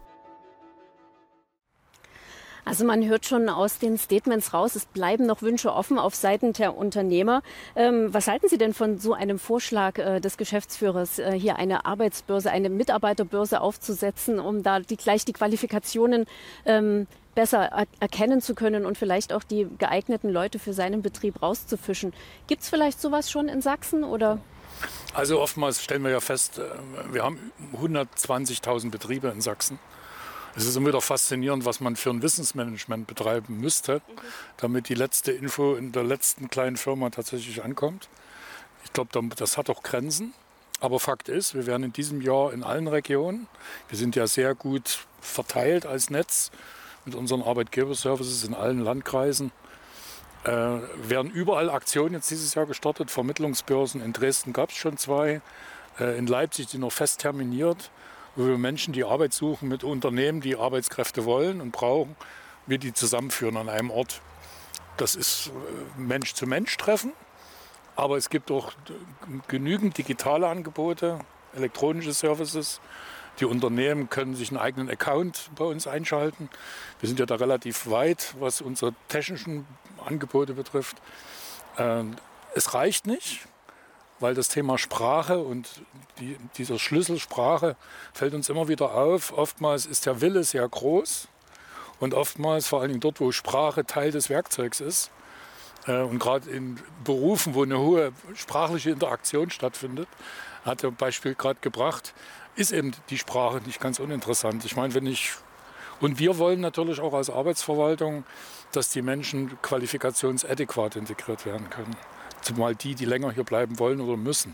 Also man hört schon aus den Statements raus, es bleiben noch Wünsche offen auf Seiten der Unternehmer. Ähm, was halten Sie denn von so einem Vorschlag äh, des Geschäftsführers, äh, hier eine Arbeitsbörse, eine Mitarbeiterbörse aufzusetzen, um da die, gleich die Qualifikationen ähm, besser er erkennen zu können und vielleicht auch die geeigneten Leute für seinen Betrieb rauszufischen? Gibt es vielleicht sowas schon in Sachsen, oder? Also oftmals stellen wir ja fest, wir haben hundertzwanzigtausend Betriebe in Sachsen. Es ist immer wieder faszinierend, was man für ein Wissensmanagement betreiben müsste, damit die letzte Info in der letzten kleinen Firma tatsächlich ankommt. Ich glaube, das hat auch Grenzen. Aber Fakt ist, wir werden in diesem Jahr in allen Regionen, wir sind ja sehr gut verteilt als Netz mit unseren Arbeitgeberservices in allen Landkreisen, äh, werden überall Aktionen jetzt dieses Jahr gestartet. Vermittlungsbörsen, in Dresden gab es schon zwei, äh, in Leipzig die noch fest terminiert, wo wir Menschen, die Arbeit suchen, mit Unternehmen, die Arbeitskräfte wollen und brauchen, wir die zusammenführen an einem Ort. Das ist Mensch-zu-Mensch-Treffen, aber es gibt auch genügend digitale Angebote, elektronische Services. Die Unternehmen können sich einen eigenen Account bei uns einschalten. Wir sind ja da relativ weit, was unsere technischen Angebote betrifft. Es reicht nicht, weil das Thema Sprache und die, dieser Schlüssel Sprache fällt uns immer wieder auf. Oftmals ist der Wille sehr groß Und oftmals, vor allen Dingen dort, wo Sprache Teil des Werkzeugs ist, äh, und gerade in Berufen, wo eine hohe sprachliche Interaktion stattfindet, hat er ein Beispiel gerade gebracht, ist eben die Sprache nicht ganz uninteressant. Ich meine, wenn ich und wir wollen natürlich auch als Arbeitsverwaltung, dass die Menschen qualifikationsadäquat integriert werden können. Zumal die, die länger hier bleiben wollen oder müssen.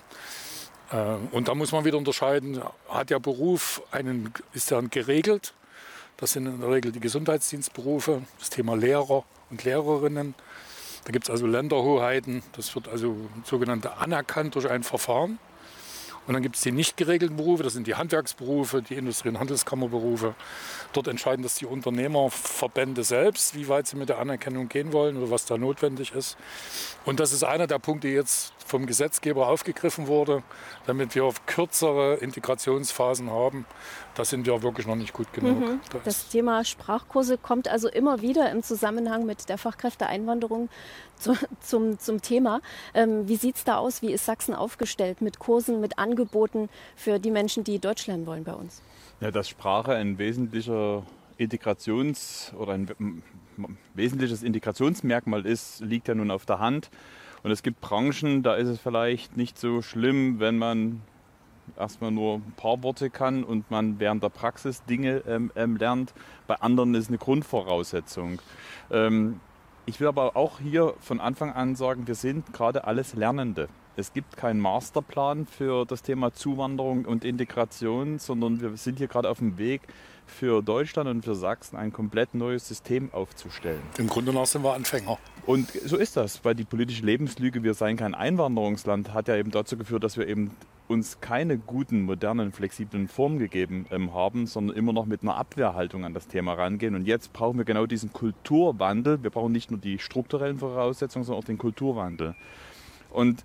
Und da muss man wieder unterscheiden, hat der Beruf einen, ist er geregelt? Das sind in der Regel die Gesundheitsdienstberufe, das Thema Lehrer und Lehrerinnen. Da gibt es also Länderhoheiten, das wird also sogenannte anerkannt durch ein Verfahren. Und dann gibt es die nicht geregelten Berufe, das sind die Handwerksberufe, die Industrie- und Handelskammerberufe. Dort entscheiden das die Unternehmerverbände selbst, wie weit sie mit der Anerkennung gehen wollen oder was da notwendig ist. Und das ist einer der Punkte, die jetzt vom Gesetzgeber aufgegriffen wurde, damit wir kürzere Integrationsphasen haben. Da sind wir wirklich noch nicht gut genug. Mhm. Das, das Thema Sprachkurse kommt also immer wieder im Zusammenhang mit der Fachkräfteeinwanderung zu, zum, zum Thema. Ähm, wie sieht es da aus? Wie ist Sachsen aufgestellt mit Kursen, mit Angeboten für die Menschen, die Deutsch lernen wollen bei uns? Ja, dass Sprache ein wesentlicher Integrations- oder ein wesentliches Integrationsmerkmal ist, liegt ja nun auf der Hand. Und es gibt Branchen, da ist es vielleicht nicht so schlimm, wenn man erstmal nur ein paar Worte kann und man während der Praxis Dinge ähm, ähm, lernt. Bei anderen ist es eine Grundvoraussetzung. Ähm, ich will aber auch hier von Anfang an sagen, wir sind gerade alles Lernende. Es gibt keinen Masterplan für das Thema Zuwanderung und Integration, sondern wir sind hier gerade auf dem Weg, für Deutschland und für Sachsen ein komplett neues System aufzustellen. Im Grunde nach sind wir Anfänger. Und so ist das, weil die politische Lebenslüge, wir seien kein Einwanderungsland, hat ja eben dazu geführt, dass wir eben uns keine guten, modernen, flexiblen Formen gegeben ähm, haben, sondern immer noch mit einer Abwehrhaltung an das Thema rangehen. Und jetzt brauchen wir genau diesen Kulturwandel. Wir brauchen nicht nur die strukturellen Voraussetzungen, sondern auch den Kulturwandel. Und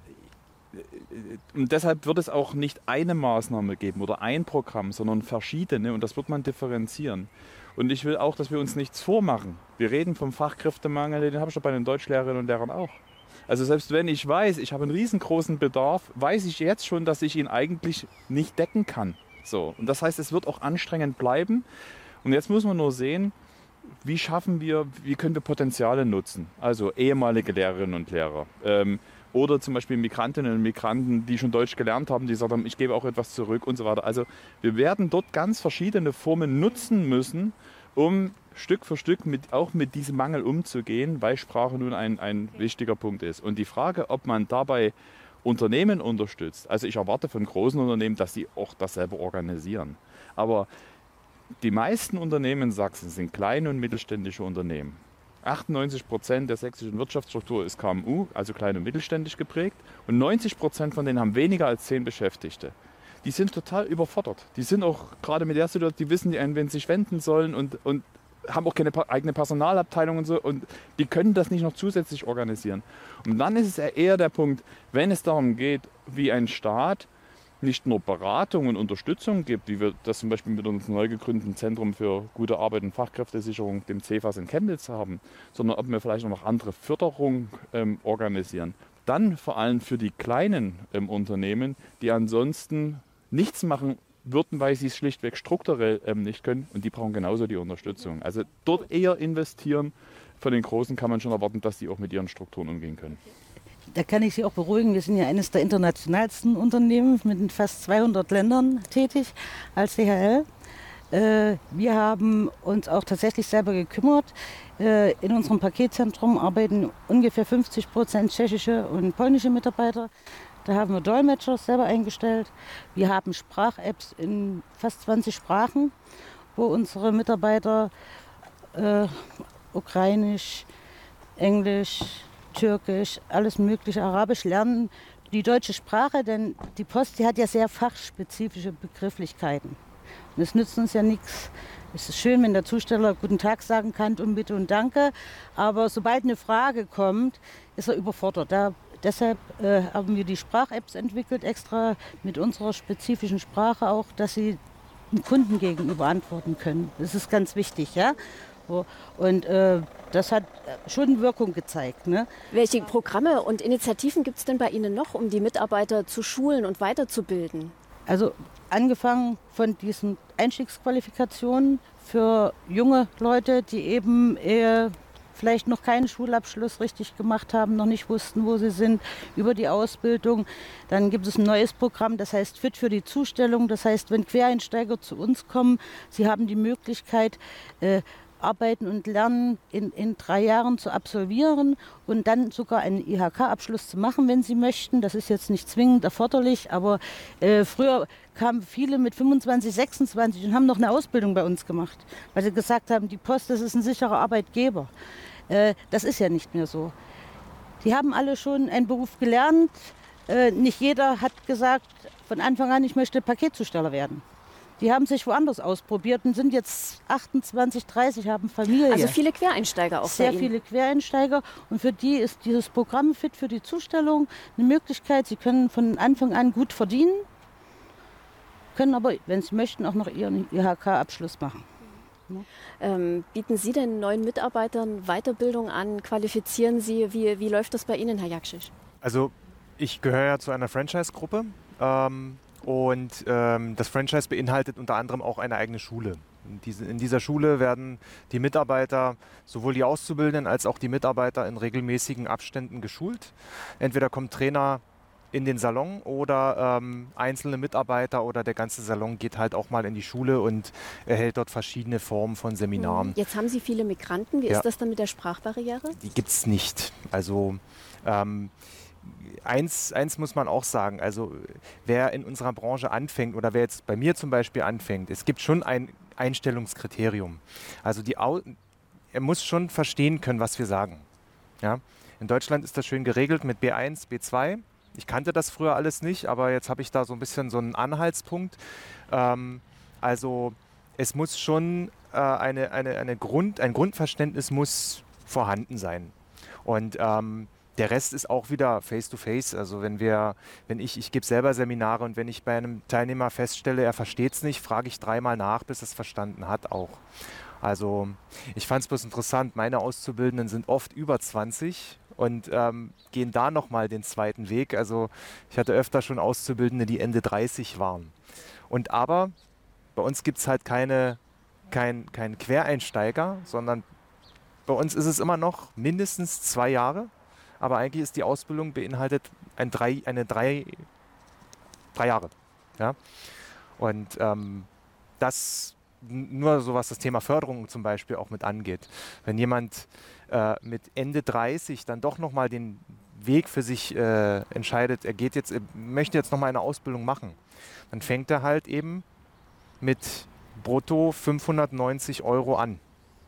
Und deshalb wird es auch nicht eine Maßnahme geben oder ein Programm, sondern verschiedene, und das wird man differenzieren. Und ich will auch, dass wir uns nichts vormachen. Wir reden vom Fachkräftemangel, den habe ich doch bei den Deutschlehrerinnen und Lehrern auch. Also selbst wenn ich weiß, ich habe einen riesengroßen Bedarf, weiß ich jetzt schon, dass ich ihn eigentlich nicht decken kann. So. Und das heißt, es wird auch anstrengend bleiben. Und jetzt muss man nur sehen, wie schaffen wir, wie können wir Potenziale nutzen? Also ehemalige Lehrerinnen und Lehrer. Ähm, Oder zum Beispiel Migrantinnen und Migranten, die schon Deutsch gelernt haben, die gesagt haben, ich gebe auch etwas zurück und so weiter. Also wir werden dort ganz verschiedene Formen nutzen müssen, um Stück für Stück mit, auch mit diesem Mangel umzugehen, weil Sprache nun ein, ein wichtiger Punkt ist. Und die Frage, ob man dabei Unternehmen unterstützt, also ich erwarte von großen Unternehmen, dass sie auch das selber organisieren. Aber die meisten Unternehmen in Sachsen sind kleine und mittelständische Unternehmen. achtundneunzig Prozent der sächsischen Wirtschaftsstruktur ist K M U, also klein und mittelständisch geprägt. Und neunzig Prozent von denen haben weniger als zehn Beschäftigte. Die sind total überfordert. Die sind auch gerade mit der Situation, die wissen, an wen sie sich wenden sollen und, und haben auch keine eigene Personalabteilung und so. Und die können das nicht noch zusätzlich organisieren. Und dann ist es eher der Punkt, wenn es darum geht, wie ein Staat nicht nur Beratung und Unterstützung gibt, wie wir das zum Beispiel mit unserem neu gegründeten Zentrum für gute Arbeit und Fachkräftesicherung, dem C E F A S in Chemnitz haben, sondern ob wir vielleicht auch noch andere Förderung ähm, organisieren. Dann vor allem für die kleinen ähm, Unternehmen, die ansonsten nichts machen würden, weil sie es schlichtweg strukturell ähm, nicht können, und die brauchen genauso die Unterstützung. Also dort eher investieren. Von den Großen kann man schon erwarten, dass die auch mit ihren Strukturen umgehen können. Da kann ich Sie auch beruhigen, wir sind ja eines der internationalsten Unternehmen mit fast zweihundert Ländern tätig als D H L. Äh, wir haben uns auch tatsächlich selber gekümmert. Äh, in unserem Paketzentrum arbeiten ungefähr fünfzig Prozent tschechische und polnische Mitarbeiter. Da haben wir Dolmetscher selber eingestellt. Wir haben Sprach-Apps in fast zwanzig Sprachen, wo unsere Mitarbeiter äh, Ukrainisch, Englisch, Türkisch, alles mögliche, Arabisch lernen, die deutsche Sprache, denn die Post, die hat ja sehr fachspezifische Begrifflichkeiten. Und es nützt uns ja nichts. Es ist schön, wenn der Zusteller Guten Tag sagen kann und Bitte und Danke, aber sobald eine Frage kommt, ist er überfordert. Da, deshalb äh, haben wir die Sprach-Apps entwickelt, extra mit unserer spezifischen Sprache auch, dass sie dem Kunden gegenüber antworten können. Das ist ganz wichtig, ja. Und äh, das hat schon Wirkung gezeigt. Ne? Welche Programme und Initiativen gibt es denn bei Ihnen noch, um die Mitarbeiter zu schulen und weiterzubilden? Also angefangen von diesen Einstiegsqualifikationen für junge Leute, die eben äh, vielleicht noch keinen Schulabschluss richtig gemacht haben, noch nicht wussten, wo sie sind, über die Ausbildung. Dann gibt es ein neues Programm, das heißt Fit für die Zustellung. Das heißt, wenn Quereinsteiger zu uns kommen, sie haben die Möglichkeit, äh, Arbeiten und Lernen in, in drei Jahren zu absolvieren und dann sogar einen I H K-Abschluss zu machen, wenn sie möchten. Das ist jetzt nicht zwingend erforderlich, aber äh, früher kamen viele mit fünfundzwanzig, sechsundzwanzig und haben noch eine Ausbildung bei uns gemacht, weil sie gesagt haben, die Post, das ist ein sicherer Arbeitgeber. Äh, das ist ja nicht mehr so. Die haben alle schon einen Beruf gelernt. Äh, nicht jeder hat gesagt, von Anfang an, ich möchte Paketzusteller werden. Die haben sich woanders ausprobiert und sind jetzt achtundzwanzig, dreißig, haben Familie. Also viele Quereinsteiger auch Sehr bei Ihnen. viele Quereinsteiger. Und für die ist dieses Programm Fit für die Zustellung eine Möglichkeit. Sie können von Anfang an gut verdienen, können aber, wenn sie möchten, auch noch ihren I H K-Abschluss machen. Ja. Ähm, bieten Sie den neuen Mitarbeitern Weiterbildung an? Qualifizieren Sie? Wie, wie läuft das bei Ihnen, Herr Jakšić? Also ich gehöre ja zu einer Franchise-Gruppe. Ähm, Und ähm, das Franchise beinhaltet unter anderem auch eine eigene Schule. In, diese, in dieser Schule werden die Mitarbeiter, sowohl die Auszubildenden als auch die Mitarbeiter in regelmäßigen Abständen geschult. Entweder kommt Trainer in den Salon oder ähm, einzelne Mitarbeiter oder der ganze Salon geht halt auch mal in die Schule und erhält dort verschiedene Formen von Seminaren. Jetzt haben Sie viele Migranten. Wie Ja. ist das dann mit der Sprachbarriere? Die gibt es nicht. Also ähm, Eins, eins muss man auch sagen, also wer in unserer Branche anfängt oder wer jetzt bei mir zum Beispiel anfängt, es gibt schon ein Einstellungskriterium. Also die Au er muss schon verstehen können, was wir sagen. Ja? In Deutschland ist das schön geregelt mit B eins, B zwei. Ich kannte das früher alles nicht, aber jetzt habe ich da so ein bisschen so einen Anhaltspunkt. Ähm, also es muss schon äh, eine, eine, eine Grund, ein Grundverständnis muss vorhanden sein. Und ähm, der Rest ist auch wieder face-to-face. Also wenn wir, wenn ich, ich gebe selber Seminare und wenn ich bei einem Teilnehmer feststelle, er versteht es nicht, frage ich dreimal nach, bis er es verstanden hat auch. Also ich fand es bloß interessant, meine Auszubildenden sind oft über zwanzig und ähm, gehen da nochmal den zweiten Weg. Also ich hatte öfter schon Auszubildende, die Ende dreißig waren. Und aber bei uns gibt es halt keine, kein, kein Quereinsteiger, sondern bei uns ist es immer noch mindestens zwei Jahre. Aber eigentlich ist die Ausbildung beinhaltet ein drei, eine drei, drei Jahre. Ja? Und ähm, das nur so, was das Thema Förderung zum Beispiel auch mit angeht. Wenn jemand äh, mit Ende dreißig dann doch nochmal den Weg für sich äh, entscheidet, er geht jetzt, er möchte jetzt nochmal eine Ausbildung machen, dann fängt er halt eben mit brutto fünfhundertneunzig Euro an.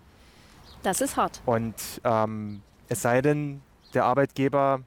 Das ist hart. Und ähm, es sei denn, der Arbeitgeber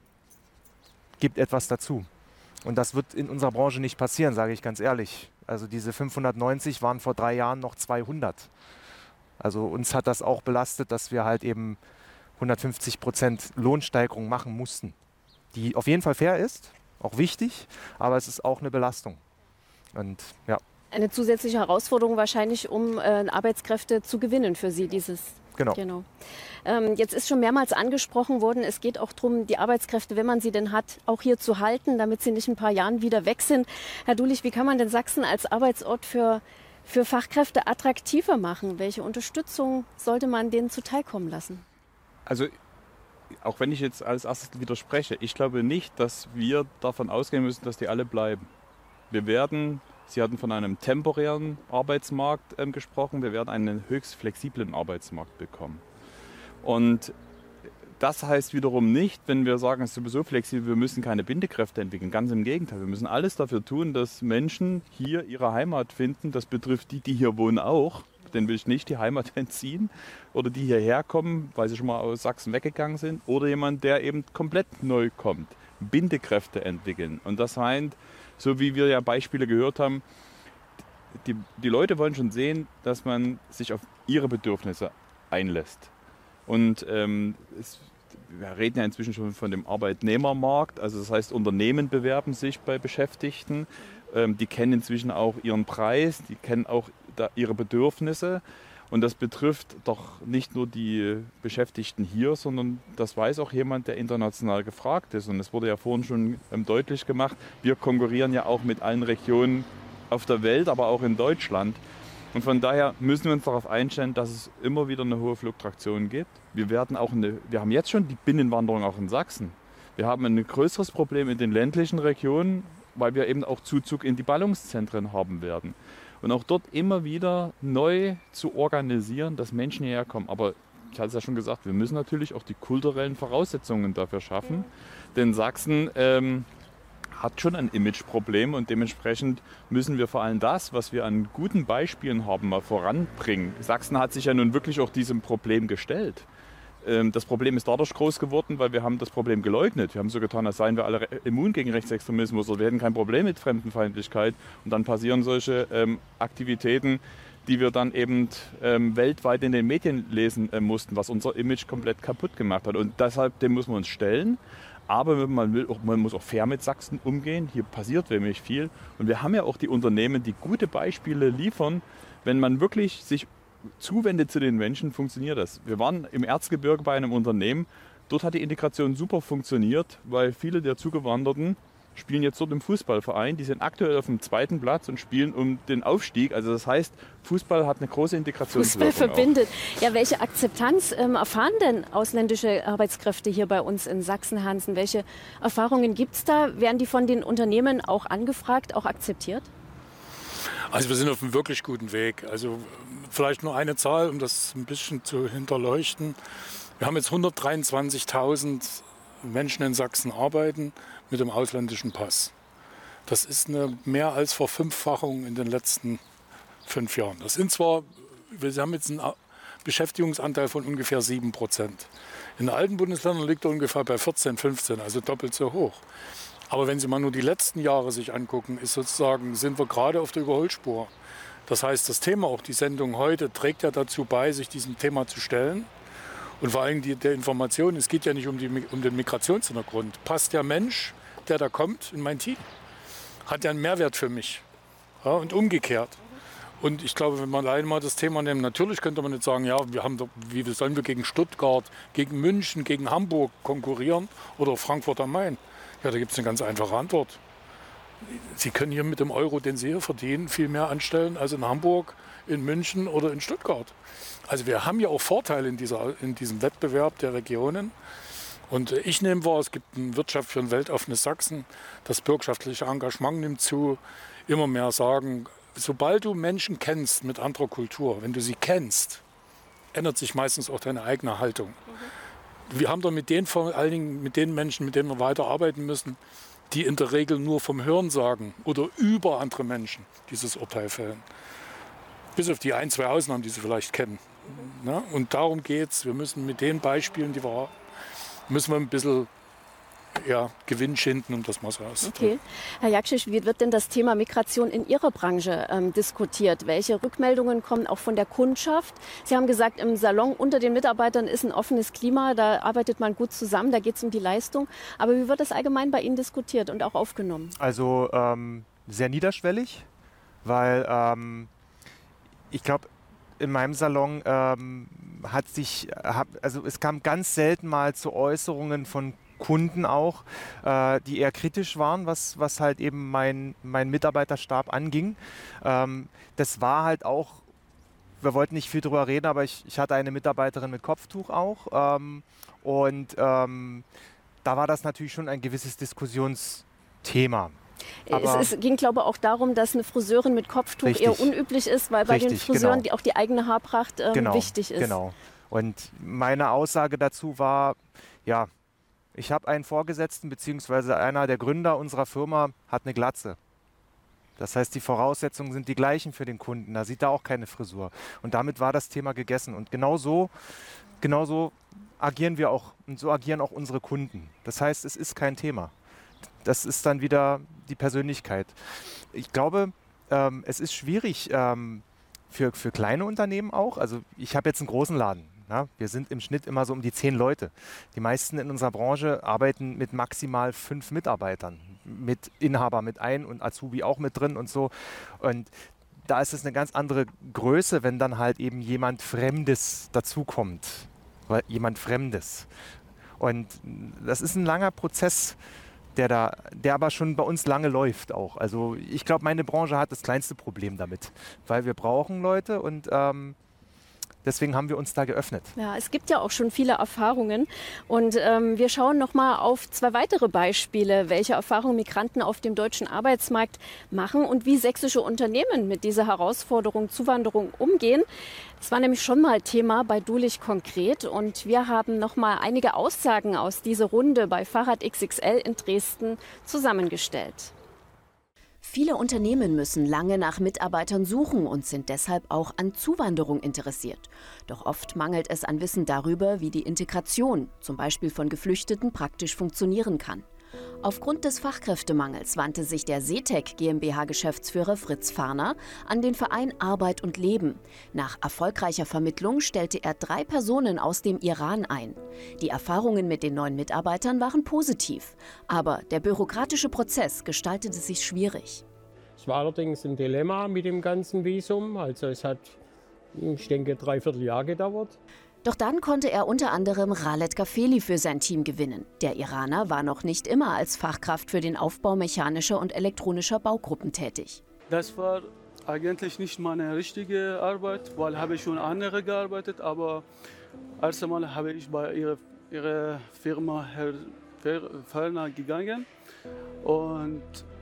gibt etwas dazu. Und das wird in unserer Branche nicht passieren, sage ich ganz ehrlich. Also diese fünfhundertneunzig waren vor drei Jahren noch zweihundert. Also uns hat das auch belastet, dass wir halt eben hundertfünfzig Prozent Lohnsteigerung machen mussten. Die auf jeden Fall fair ist, auch wichtig, aber es ist auch eine Belastung. Und ja. Eine zusätzliche Herausforderung wahrscheinlich, um äh, Arbeitskräfte zu gewinnen für Sie, dieses. Genau. genau. Ähm, jetzt ist schon mehrmals angesprochen worden, es geht auch darum, die Arbeitskräfte, wenn man sie denn hat, auch hier zu halten, damit sie nicht in ein paar Jahren wieder weg sind. Herr Dulich, wie kann man denn Sachsen als Arbeitsort für, für Fachkräfte attraktiver machen? Welche Unterstützung sollte man denen zuteilkommen lassen? Also, auch wenn ich jetzt als erstes widerspreche, ich glaube nicht, dass wir davon ausgehen müssen, dass die alle bleiben. Wir werden... Sie hatten von einem temporären Arbeitsmarkt ähm, gesprochen. Wir werden einen höchst flexiblen Arbeitsmarkt bekommen. Und das heißt wiederum nicht, wenn wir sagen, es ist sowieso flexibel, wir müssen keine Bindekräfte entwickeln. Ganz im Gegenteil, wir müssen alles dafür tun, dass Menschen hier ihre Heimat finden. Das betrifft die, die hier wohnen auch. Den will ich nicht die Heimat entziehen. Oder die hierher kommen, weil sie schon mal aus Sachsen weggegangen sind. Oder jemand, der eben komplett neu kommt. Bindekräfte entwickeln. Und das meint, so wie wir ja Beispiele gehört haben, die, die Leute wollen schon sehen, dass man sich auf ihre Bedürfnisse einlässt. Und ähm, es, wir reden ja inzwischen schon von dem Arbeitnehmermarkt, also das heißt, Unternehmen bewerben sich bei Beschäftigten, ähm, die kennen inzwischen auch ihren Preis, die kennen auch da ihre Bedürfnisse. Und das betrifft doch nicht nur die Beschäftigten hier, sondern das weiß auch jemand, der international gefragt ist. Und es wurde ja vorhin schon ähm, deutlich gemacht, wir konkurrieren ja auch mit allen Regionen auf der Welt, aber auch in Deutschland. Und von daher müssen wir uns darauf einstellen, dass es immer wieder eine hohe Fluktuation gibt. Wir werden auch eine, wir haben jetzt schon die Binnenwanderung auch in Sachsen. Wir haben ein größeres Problem in den ländlichen Regionen, weil wir eben auch Zuzug in die Ballungszentren haben werden. Und auch dort immer wieder neu zu organisieren, dass Menschen hierher kommen. Aber ich hatte es ja schon gesagt, wir müssen natürlich auch die kulturellen Voraussetzungen dafür schaffen. Mhm. Denn Sachsen ähm, hat schon ein Imageproblem und dementsprechend müssen wir vor allem das, was wir an guten Beispielen haben, mal voranbringen. Sachsen hat sich ja nun wirklich auch diesem Problem gestellt. Ähm, das Problem ist dadurch groß geworden, weil wir haben das Problem geleugnet. Wir haben so getan, als seien wir alle immun gegen Rechtsextremismus oder wir hätten kein Problem mit Fremdenfeindlichkeit. Und dann passieren solche ähm, Aktivitäten, die wir dann eben ähm, weltweit in den Medien lesen äh, mussten, was unser Image komplett kaputt gemacht hat. Und deshalb, dem müssen wir uns stellen. Aber man, will auch, man muss auch fair mit Sachsen umgehen. Hier passiert nämlich viel. Und wir haben ja auch die Unternehmen, die gute Beispiele liefern. Wenn man wirklich sich zuwendet zu den Menschen, funktioniert das. Wir waren im Erzgebirge bei einem Unternehmen. Dort hat die Integration super funktioniert, weil viele der Zugewanderten spielen jetzt dort im Fußballverein. Die sind aktuell auf dem zweiten Platz und spielen um den Aufstieg. Also das heißt, Fußball hat eine große Integrationswirkung. Fußball verbindet. Auch. Ja, welche Akzeptanz ähm, erfahren denn ausländische Arbeitskräfte hier bei uns in Sachsen, Hansen? Welche Erfahrungen gibt es da? Werden die von den Unternehmen auch angefragt, auch akzeptiert? Also wir sind auf einem wirklich guten Weg. Also vielleicht nur eine Zahl, um das ein bisschen zu hinterleuchten. Wir haben jetzt hundertdreiundzwanzigtausend Menschen in Sachsen arbeiten mit dem ausländischen Pass. Das ist eine mehr als Verfünffachung in den letzten fünf Jahren. Das sind zwar, wir haben jetzt einen Beschäftigungsanteil von ungefähr sieben Prozent. In den alten Bundesländern liegt er ungefähr bei vierzehn, fünfzehn, also doppelt so hoch. Aber wenn Sie mal nur die letzten Jahre sich angucken, ist sozusagen, sind wir gerade auf der Überholspur. Das heißt, das Thema, auch die Sendung heute, trägt ja dazu bei, sich diesem Thema zu stellen. Und vor allem die, der Information, es geht ja nicht um, die, um den Migrationshintergrund. Passt der Mensch, der da kommt, in mein Team? Hat ja einen Mehrwert für mich. Ja, und umgekehrt. Und ich glaube, wenn man allein mal das Thema nimmt, natürlich könnte man nicht sagen, ja, wir haben doch, wie sollen wir gegen Stuttgart, gegen München, gegen Hamburg konkurrieren oder Frankfurt am Main? Ja, da gibt es eine ganz einfache Antwort. Sie können hier mit dem Euro, den Sie hier verdienen, viel mehr anstellen als in Hamburg, in München oder in Stuttgart. Also wir haben ja auch Vorteile in, dieser, in diesem Wettbewerb der Regionen. Und ich nehme wahr, es gibt eine Wirtschaft für ein weltoffenes Sachsen. Das bürgerschaftliche Engagement nimmt zu. Immer mehr sagen, sobald du Menschen kennst mit anderer Kultur, wenn du sie kennst, ändert sich meistens auch deine eigene Haltung. Mhm. Wir haben da mit den, vor allen Dingen mit den Menschen, mit denen wir weiterarbeiten müssen, die in der Regel nur vom Hörensagen oder über andere Menschen dieses Urteil fällen. Bis auf die ein, zwei Ausnahmen, die Sie vielleicht kennen. Na, und darum geht es. Wir müssen mit den Beispielen, die wir haben, müssen wir ein bisschen ja, Gewinn schinden, um das mal so auszudrücken. Okay. Herr Jakschisch, wie wird denn das Thema Migration in Ihrer Branche ähm, diskutiert? Welche Rückmeldungen kommen auch von der Kundschaft? Sie haben gesagt, im Salon unter den Mitarbeitern ist ein offenes Klima, da arbeitet man gut zusammen, da geht es um die Leistung. Aber wie wird das allgemein bei Ihnen diskutiert und auch aufgenommen? Also ähm, sehr niederschwellig, weil ähm, ich glaube, in meinem Salon ähm, hat sich, hab, also es kam ganz selten mal zu Äußerungen von Kunden auch, äh, die eher kritisch waren, was, was halt eben mein, mein Mitarbeiterstab anging. Ähm, das war halt auch, wir wollten nicht viel drüber reden, aber ich, ich hatte eine Mitarbeiterin mit Kopftuch auch ähm, und ähm, da war das natürlich schon ein gewisses Diskussionsthema. Es, es ging, glaube ich, auch darum, dass eine Friseurin mit Kopftuch richtig, eher unüblich ist, weil bei richtig, den Friseuren genau. die, auch die eigene Haarpracht ähm, genau, wichtig ist. Genau. Und meine Aussage dazu war, ja, ich habe einen Vorgesetzten, beziehungsweise einer der Gründer unserer Firma hat eine Glatze. Das heißt, die Voraussetzungen sind die gleichen für den Kunden. Da sieht er auch keine Frisur. Und damit war das Thema gegessen. Und genau so, genau so agieren wir auch und so agieren auch unsere Kunden. Das heißt, es ist kein Thema. Das ist dann wieder die Persönlichkeit. Ich glaube, ähm, es ist schwierig ähm, für, für kleine Unternehmen auch. Also ich habe jetzt einen großen Laden. Ja? Wir sind im Schnitt immer so um die zehn Leute. Die meisten in unserer Branche arbeiten mit maximal fünf Mitarbeitern. Mit Inhaber mit ein und Azubi auch mit drin und so. Und da ist es eine ganz andere Größe, wenn dann halt eben jemand Fremdes dazukommt. Jemand Fremdes. Und das ist ein langer Prozess, der, da, der aber schon bei uns lange läuft auch. Also ich glaube, meine Branche hat das kleinste Problem damit, weil wir brauchen Leute und ähm, deswegen haben wir uns da geöffnet. Ja, es gibt ja auch schon viele Erfahrungen und ähm, wir schauen noch mal auf zwei weitere Beispiele, welche Erfahrungen Migranten auf dem deutschen Arbeitsmarkt machen und wie sächsische Unternehmen mit dieser Herausforderung Zuwanderung umgehen. Das war nämlich schon mal Thema bei Dulich konkret und wir haben noch mal einige Aussagen aus dieser Runde bei Fahrrad X X L in Dresden zusammengestellt. Viele Unternehmen müssen lange nach Mitarbeitern suchen und sind deshalb auch an Zuwanderung interessiert. Doch oft mangelt es an Wissen darüber, wie die Integration, zum Beispiel von Geflüchteten, praktisch funktionieren kann. Aufgrund des Fachkräftemangels wandte sich der Setec GmbH-Geschäftsführer Fritz Farner an den Verein Arbeit und Leben. Nach erfolgreicher Vermittlung stellte er drei Personen aus dem Iran ein. Die Erfahrungen mit den neuen Mitarbeitern waren positiv, aber der bürokratische Prozess gestaltete sich schwierig. Es war allerdings ein Dilemma mit dem ganzen Visum, also es hat, ich denke, dreiviertel Jahr gedauert. Doch dann konnte er unter anderem Khaled Gafeli für sein Team gewinnen. Der Iraner war noch nicht immer als Fachkraft für den Aufbau mechanischer und elektronischer Baugruppen tätig. Das war eigentlich nicht meine richtige Arbeit, weil habe ich schon andere gearbeitet, aber erst einmal habe ich bei ihrer, ihrer Firma Herr Ferner gegangen und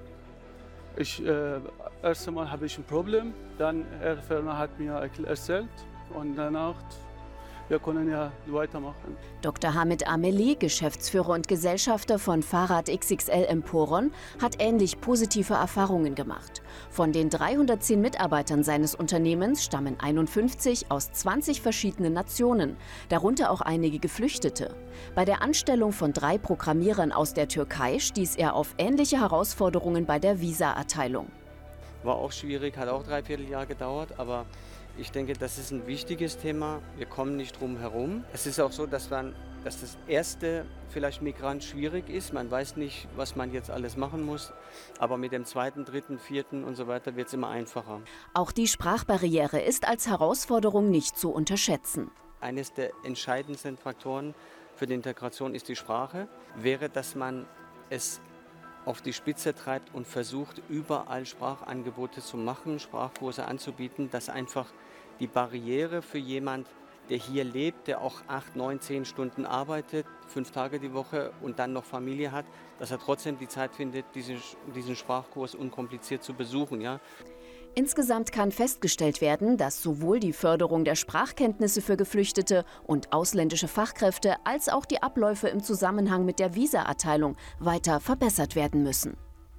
ich, äh, erst einmal habe ich ein Problem, dann Herr Ferner hat mir erzählt und danach wir können ja weitermachen. Doktor Hamid Ameli, Geschäftsführer und Gesellschafter von Fahrrad X X L Emporon, hat ähnlich positive Erfahrungen gemacht. Von den dreihundertzehn Mitarbeitern seines Unternehmens stammen einundfünfzig aus zwanzig verschiedenen Nationen, darunter auch einige Geflüchtete. Bei der Anstellung von drei Programmierern aus der Türkei stieß er auf ähnliche Herausforderungen bei der Visa-Erteilung. War auch schwierig, hat auch dreiviertel Jahr gedauert, aber ich denke, das ist ein wichtiges Thema. Wir kommen nicht drum herum. Es ist auch so, dass, man, dass das erste vielleicht Migrant schwierig ist. Man weiß nicht, was man jetzt alles machen muss. Aber mit dem zweiten, dritten, vierten und so weiter wird es immer einfacher. Auch die Sprachbarriere ist als Herausforderung nicht zu unterschätzen. Eines der entscheidendsten Faktoren für die Integration ist die Sprache. Wäre, dass man es auf die Spitze treibt und versucht, überall Sprachangebote zu machen, Sprachkurse anzubieten, dass einfach die Barriere für jemand, der hier lebt, der auch acht, neun, zehn Stunden arbeitet, fünf Tage die Woche und dann noch Familie hat, dass er trotzdem die Zeit findet, diesen, diesen Sprachkurs unkompliziert zu besuchen. Ja? Insgesamt kann festgestellt werden, dass sowohl die Förderung der Sprachkenntnisse für Geflüchtete und ausländische Fachkräfte als auch die Abläufe im Zusammenhang mit der Visa-Erteilung weiter verbessert werden müssen.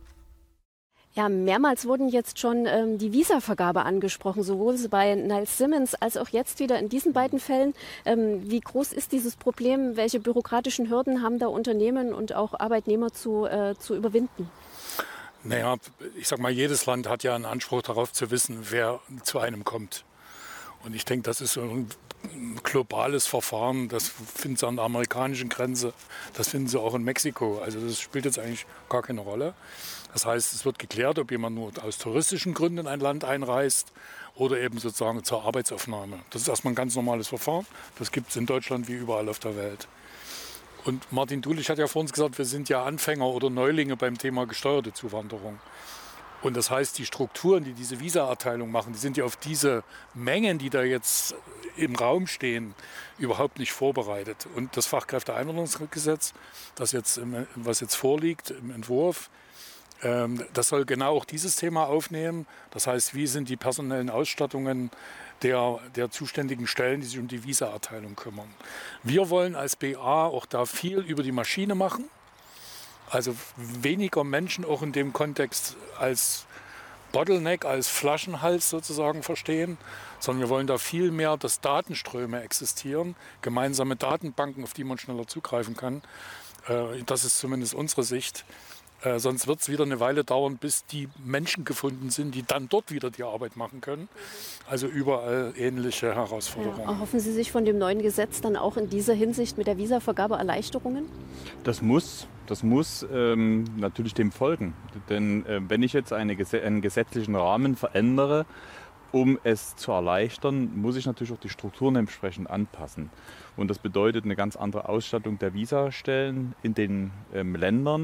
Ja, mehrmals wurden jetzt schon ähm, die Visavergabe angesprochen, sowohl bei Niles Simmons als auch jetzt wieder in diesen beiden Fällen. Ähm, wie groß ist dieses Problem? Welche bürokratischen Hürden haben da Unternehmen und auch Arbeitnehmer zu, äh, zu überwinden? Naja, ich sag mal, jedes Land hat ja einen Anspruch darauf zu wissen, wer zu einem kommt. Und ich denke, das ist so ein globales Verfahren. Das finden Sie an der amerikanischen Grenze, das finden Sie auch in Mexiko. Also das spielt jetzt eigentlich gar keine Rolle. Das heißt, es wird geklärt, ob jemand nur aus touristischen Gründen in ein Land einreist oder eben sozusagen zur Arbeitsaufnahme. Das ist erstmal ein ganz normales Verfahren. Das gibt es in Deutschland wie überall auf der Welt. Und Martin Dulich hat ja vor uns gesagt, wir sind ja Anfänger oder Neulinge beim Thema gesteuerte Zuwanderung. Und das heißt, die Strukturen, die diese Visa-Erteilung machen, die sind ja auf diese Mengen, die da jetzt im Raum stehen, überhaupt nicht vorbereitet. Und das Fachkräfteeinwanderungsgesetz, das jetzt, was jetzt vorliegt im Entwurf, das soll genau auch dieses Thema aufnehmen. Das heißt, wie sind die personellen Ausstattungen der, der zuständigen Stellen, die sich um die Visa-Erteilung kümmern. Wir wollen als B A auch da viel über die Maschine machen. Also weniger Menschen auch in dem Kontext als Bottleneck, als Flaschenhals sozusagen verstehen, sondern wir wollen da viel mehr, dass Datenströme existieren, gemeinsame Datenbanken, auf die man schneller zugreifen kann. Das ist zumindest unsere Sicht. Äh, sonst wird es wieder eine Weile dauern, bis die Menschen gefunden sind, die dann dort wieder die Arbeit machen können. Also überall ähnliche Herausforderungen. Ja, erhoffen Sie sich von dem neuen Gesetz dann auch in dieser Hinsicht mit der Visavergabe Erleichterungen? Das muss, das muss ähm, natürlich dem folgen. Denn äh, wenn ich jetzt eine, einen gesetzlichen Rahmen verändere, um es zu erleichtern, muss ich natürlich auch die Strukturen entsprechend anpassen. Und das bedeutet eine ganz andere Ausstattung der Visastellen in den ähm, Ländern.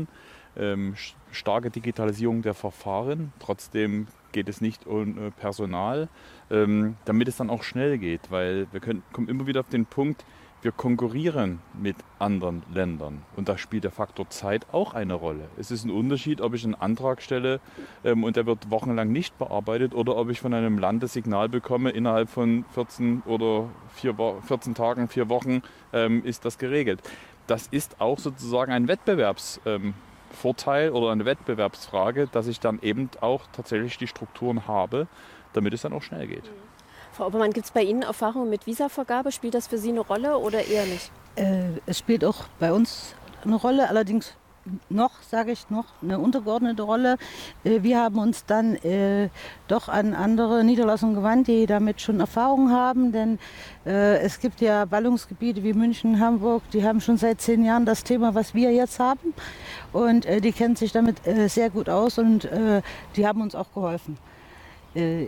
ähm, starke Digitalisierung der Verfahren. Trotzdem geht es nicht um äh, Personal, ähm, damit es dann auch schnell geht, weil wir können, kommen immer wieder auf den Punkt, wir konkurrieren mit anderen Ländern und da spielt der Faktor Zeit auch eine Rolle. Es ist ein Unterschied, ob ich einen Antrag stelle ähm, und der wird wochenlang nicht bearbeitet oder ob ich von einem Land das Signal bekomme, innerhalb von vierzehn oder vier, vierzehn Tagen, vier Wochen ähm, ist das geregelt. Das ist auch sozusagen ein Wettbewerbsvorteil ähm, oder eine Wettbewerbsfrage, dass ich dann eben auch tatsächlich die Strukturen habe, damit es dann auch schnell geht. Frau Oppermann, gibt es bei Ihnen Erfahrungen mit Visavergabe? Spielt das für Sie eine Rolle oder eher nicht? Äh, es spielt auch bei uns eine Rolle, allerdings noch, sage ich noch, eine untergeordnete Rolle. Äh, wir haben uns dann äh, doch an andere Niederlassungen gewandt, die damit schon Erfahrung haben, denn äh, es gibt ja Ballungsgebiete wie München, Hamburg, die haben schon seit zehn Jahren das Thema, was wir jetzt haben und äh, die kennen sich damit äh, sehr gut aus und äh, die haben uns auch geholfen. Äh,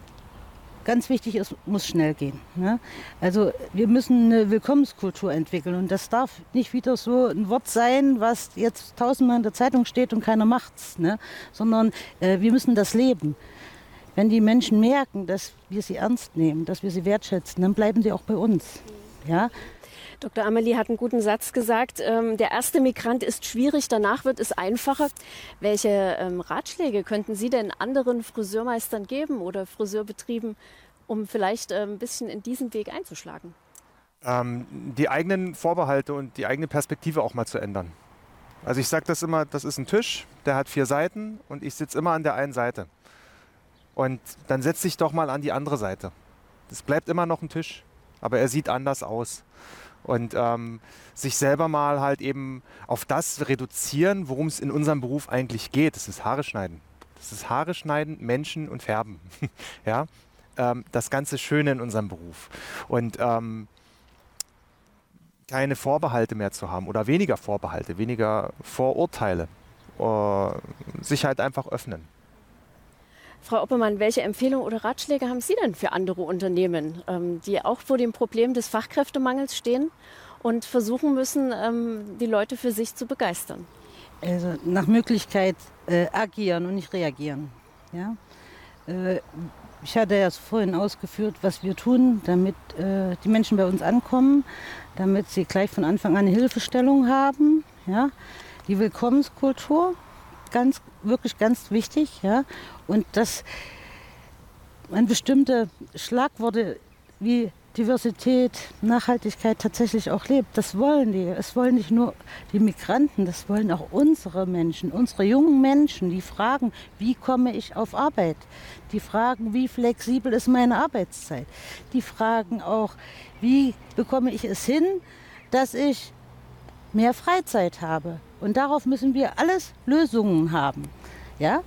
Ganz wichtig, es muss schnell gehen. Ne? Also wir müssen eine Willkommenskultur entwickeln und das darf nicht wieder so ein Wort sein, was jetzt tausendmal in der Zeitung steht und keiner macht's, ne? Sondern äh, wir müssen das leben. Wenn die Menschen merken, dass wir sie ernst nehmen, dass wir sie wertschätzen, dann bleiben sie auch bei uns. Ja? Doktor Amelie hat einen guten Satz gesagt, ähm, der erste Migrant ist schwierig, danach wird es einfacher. Welche ähm, Ratschläge könnten Sie denn anderen Friseurmeistern geben oder Friseurbetrieben, um vielleicht äh, ein bisschen in diesen Weg einzuschlagen? Ähm, die eigenen Vorbehalte und die eigene Perspektive auch mal zu ändern. Also ich sage das immer, das ist ein Tisch, der hat vier Seiten und ich sitze immer an der einen Seite. Und dann setz dich doch mal an die andere Seite. Es bleibt immer noch ein Tisch, aber er sieht anders aus. Und ähm, sich selber mal halt eben auf das reduzieren, worum es in unserem Beruf eigentlich geht. Das ist Haare schneiden. Das ist Haare schneiden, Menschen und färben. Ja? Ähm, das ganze Schöne in unserem Beruf. Und ähm, keine Vorbehalte mehr zu haben oder weniger Vorbehalte, weniger Vorurteile. Uh, sich halt einfach öffnen. Frau Oppermann, welche Empfehlungen oder Ratschläge haben Sie denn für andere Unternehmen, ähm, die auch vor dem Problem des Fachkräftemangels stehen und versuchen müssen, ähm, die Leute für sich zu begeistern? Also nach Möglichkeit äh, agieren und nicht reagieren. Ja? Äh, ich hatte ja vorhin ausgeführt, was wir tun, damit äh, die Menschen bei uns ankommen, damit sie gleich von Anfang an eine Hilfestellung haben. Ja? Die Willkommenskultur. Ganz, wirklich ganz wichtig, ja, und dass man bestimmte Schlagworte wie Diversität, Nachhaltigkeit tatsächlich auch lebt. Das wollen die. Es wollen nicht nur die Migranten, das wollen auch unsere Menschen, unsere jungen Menschen, die fragen, wie komme ich auf Arbeit? Die fragen, wie flexibel ist meine Arbeitszeit? Die fragen auch, wie bekomme ich es hin, dass ich mehr Freizeit habe? Und darauf müssen wir alles Lösungen haben. Ja?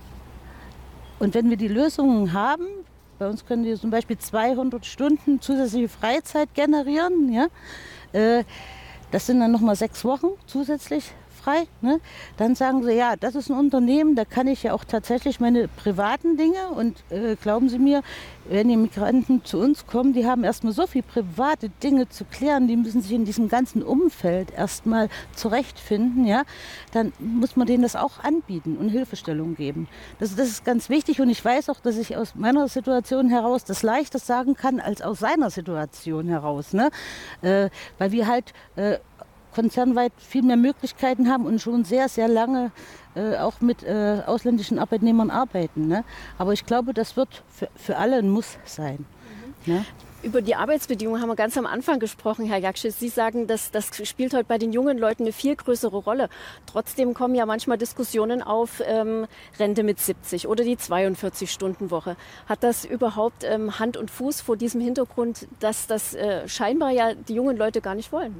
Und wenn wir die Lösungen haben, bei uns können die zum Beispiel zweihundert Stunden zusätzliche Freizeit generieren. Ja? Äh, das sind dann nochmal sechs Wochen zusätzlich frei. Ne? Dann sagen sie, ja, das ist ein Unternehmen, da kann ich ja auch tatsächlich meine privaten Dinge. Und äh, glauben Sie mir, wenn die Migranten zu uns kommen, die haben erstmal so viele private Dinge zu klären, die müssen sich in diesem ganzen Umfeld erstmal zurechtfinden. Ja? Dann muss man denen das auch anbieten und Hilfestellung geben. Das, das ist ganz wichtig und ich weiß auch, dass ich aus meiner Situation heraus das leichter sagen kann als aus seiner Situation heraus. Ne? Äh, weil wir halt äh, konzernweit viel mehr Möglichkeiten haben und schon sehr, sehr lange äh, auch mit äh, ausländischen Arbeitnehmern arbeiten. Ne? Aber ich glaube, das wird für, für alle ein Muss sein. Mhm. Ne? Über die Arbeitsbedingungen haben wir ganz am Anfang gesprochen, Herr Jakschis. Sie sagen, dass das spielt heute bei den jungen Leuten eine viel größere Rolle. Trotzdem kommen ja manchmal Diskussionen auf, ähm, Rente mit siebzig oder die zweiundvierzig-Stunden-Woche. Hat das überhaupt ähm, Hand und Fuß vor diesem Hintergrund, dass das äh, scheinbar ja die jungen Leute gar nicht wollen?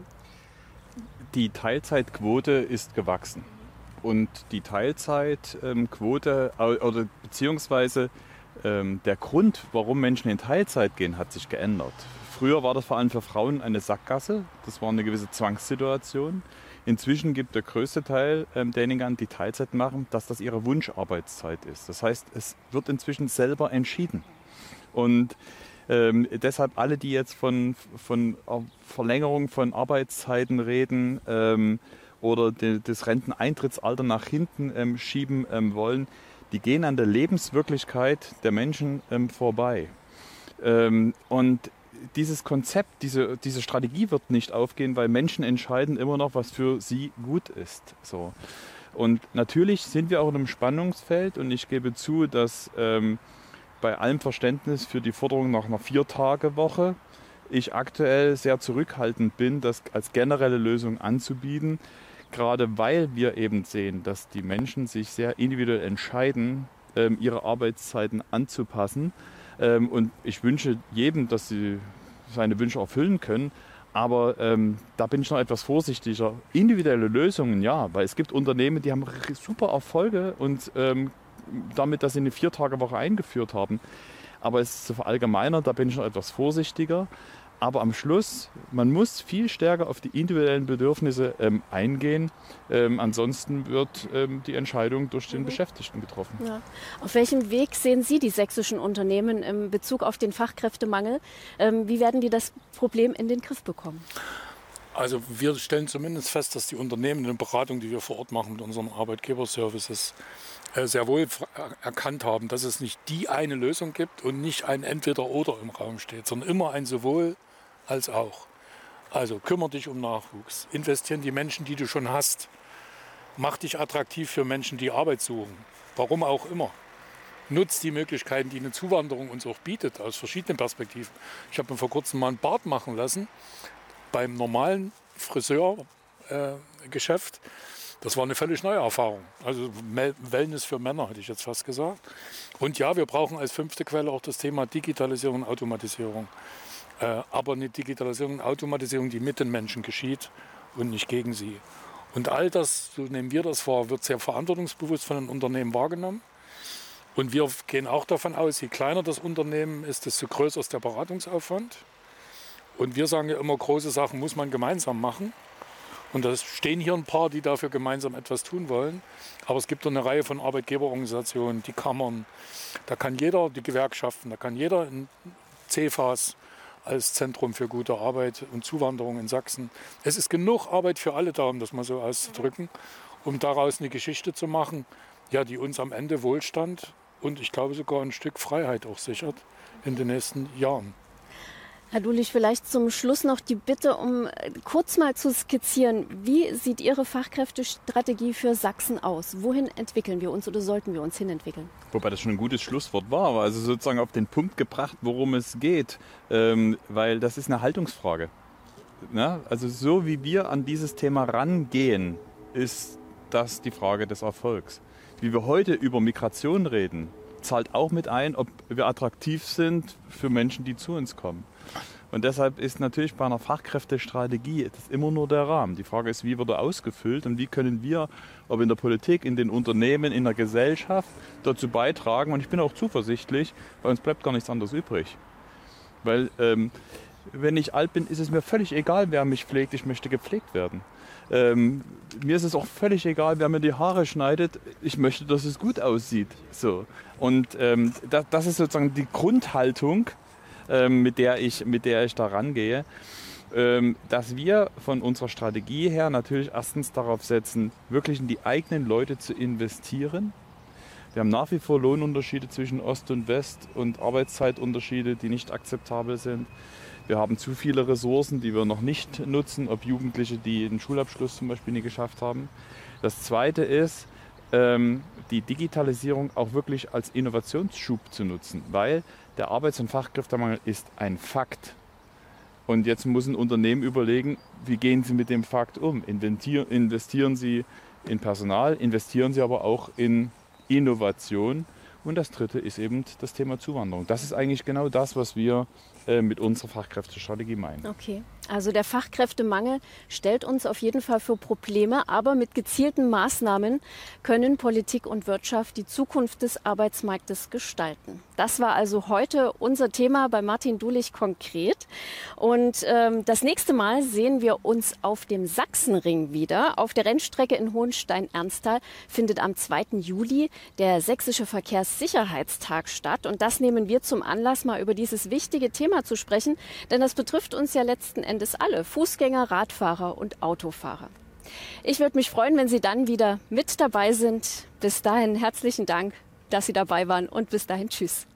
Die Teilzeitquote ist gewachsen und die Teilzeitquote oder beziehungsweise ähm, der Grund, warum Menschen in Teilzeit gehen, hat sich geändert. Früher war das vor allem für Frauen eine Sackgasse, das war eine gewisse Zwangssituation. Inzwischen gibt der größte Teil ähm, derjenigen, die Teilzeit machen, dass das ihre Wunscharbeitszeit ist. Das heißt, es wird inzwischen selber entschieden. Und Ähm, deshalb alle, die jetzt von, von Verlängerung von Arbeitszeiten reden ähm, oder de, das Renteneintrittsalter nach hinten ähm, schieben ähm, wollen, die gehen an der Lebenswirklichkeit der Menschen ähm, vorbei. Ähm, und dieses Konzept, diese, diese Strategie wird nicht aufgehen, weil Menschen entscheiden immer noch, was für sie gut ist. So. Und natürlich sind wir auch in einem Spannungsfeld und ich gebe zu, dass ähm, bei allem Verständnis für die Forderung nach einer Vier-Tage-Woche ich aktuell sehr zurückhaltend bin, das als generelle Lösung anzubieten, gerade weil wir eben sehen, dass die Menschen sich sehr individuell entscheiden, ähm, ihre Arbeitszeiten anzupassen. Ähm, und ich wünsche jedem, dass sie seine Wünsche erfüllen können. Aber ähm, da bin ich noch etwas vorsichtiger. Individuelle Lösungen, ja, weil es gibt Unternehmen, die haben super Erfolge und ähm, damit, dass sie eine Vier-Tage-Woche eingeführt haben. Aber es ist zu verallgemeinern, da bin ich noch etwas vorsichtiger. Aber am Schluss, man muss viel stärker auf die individuellen Bedürfnisse ähm, eingehen. Ähm, ansonsten wird ähm, die Entscheidung durch den mhm. Beschäftigten getroffen. Ja. Auf welchem Weg sehen Sie die sächsischen Unternehmen in Bezug auf den Fachkräftemangel? Ähm, wie werden die das Problem in den Griff bekommen? Also wir stellen zumindest fest, dass die Unternehmen in der Beratung, die wir vor Ort machen mit unseren Arbeitgeberservices, äh, sehr wohl erkannt haben, dass es nicht die eine Lösung gibt und nicht ein Entweder-Oder im Raum steht, sondern immer ein Sowohl als auch. Also kümmere dich um Nachwuchs, investiere in die Menschen, die du schon hast, mach dich attraktiv für Menschen, die Arbeit suchen, warum auch immer. Nutzt die Möglichkeiten, die eine Zuwanderung uns auch bietet, aus verschiedenen Perspektiven. Ich habe mir vor kurzem mal einen Bart machen lassen beim normalen Friseurgeschäft. Äh, das war eine völlig neue Erfahrung. Also Wellness für Männer, hätte ich jetzt fast gesagt. Und ja, wir brauchen als fünfte Quelle auch das Thema Digitalisierung und Automatisierung. Äh, aber eine Digitalisierung und Automatisierung, die mit den Menschen geschieht und nicht gegen sie. Und all das, so nehmen wir das wahr, wird sehr verantwortungsbewusst von den Unternehmen wahrgenommen. Und wir gehen auch davon aus, je kleiner das Unternehmen ist, desto größer ist der Beratungsaufwand. Und wir sagen ja immer, große Sachen muss man gemeinsam machen. Und da stehen hier ein paar, die dafür gemeinsam etwas tun wollen. Aber es gibt eine Reihe von Arbeitgeberorganisationen, die Kammern. Da kann jeder, die Gewerkschaften, da kann jeder in C F A S als Zentrum für gute Arbeit und Zuwanderung in Sachsen. Es ist genug Arbeit für alle da, um das mal so auszudrücken, um daraus eine Geschichte zu machen, ja, die uns am Ende Wohlstand und ich glaube sogar ein Stück Freiheit auch sichert in den nächsten Jahren. Herr Dulich, vielleicht zum Schluss noch die Bitte, um kurz mal zu skizzieren, wie sieht Ihre Fachkräftestrategie für Sachsen aus? Wohin entwickeln wir uns oder sollten wir uns hinentwickeln? Wobei das schon ein gutes Schlusswort war, also sozusagen auf den Punkt gebracht, worum es geht, ähm, weil das ist eine Haltungsfrage. Na? Also so wie wir an dieses Thema rangehen, ist das die Frage des Erfolgs. Wie wir heute über Migration reden, zahlt auch mit ein, ob wir attraktiv sind für Menschen, die zu uns kommen. Und deshalb ist natürlich bei einer Fachkräftestrategie das immer nur der Rahmen. Die Frage ist, wie wird er ausgefüllt und wie können wir, ob in der Politik, in den Unternehmen, in der Gesellschaft, dazu beitragen. Und ich bin auch zuversichtlich, bei uns bleibt gar nichts anderes übrig. Weil ähm, wenn ich alt bin, ist es mir völlig egal, wer mich pflegt. Ich möchte gepflegt werden. Ähm, mir ist es auch völlig egal, wer mir die Haare schneidet. Ich möchte, dass es gut aussieht. So. Und ähm, das, das ist sozusagen die Grundhaltung, ähm, mit der ich, mit der ich da rangehe. Ähm, dass wir von unserer Strategie her natürlich erstens darauf setzen, wirklich in die eigenen Leute zu investieren. Wir haben nach wie vor Lohnunterschiede zwischen Ost und West und Arbeitszeitunterschiede, die nicht akzeptabel sind. Wir haben zu viele Ressourcen, die wir noch nicht nutzen, ob Jugendliche, die den Schulabschluss zum Beispiel nie geschafft haben. Das Zweite ist, ähm, die Digitalisierung auch wirklich als Innovationsschub zu nutzen, weil der Arbeits- und Fachkräftemangel ist ein Fakt. Und jetzt muss ein Unternehmen überlegen, wie gehen sie mit dem Fakt um? Investieren, investieren sie in Personal, investieren sie aber auch in Innovation. Und das Dritte ist eben das Thema Zuwanderung. Das ist eigentlich genau das, was wir äh, mit unserer Fachkräftestrategie meinen. Okay, also der Fachkräftemangel stellt uns auf jeden Fall für Probleme, aber mit gezielten Maßnahmen können Politik und Wirtschaft die Zukunft des Arbeitsmarktes gestalten. Das war also heute unser Thema bei Martin Dulich konkret. Und ähm, das nächste Mal sehen wir uns auf dem Sachsenring wieder. Auf der Rennstrecke in Hohenstein-Ernsthal findet am zweiten Juli der Sächsische Verkehrssicherheitstag statt. Und das nehmen wir zum Anlass, mal über dieses wichtige Thema zu sprechen. Denn das betrifft uns ja letzten Endes alle, Fußgänger, Radfahrer und Autofahrer. Ich würde mich freuen, wenn Sie dann wieder mit dabei sind. Bis dahin herzlichen Dank, dass Sie dabei waren und bis dahin tschüss.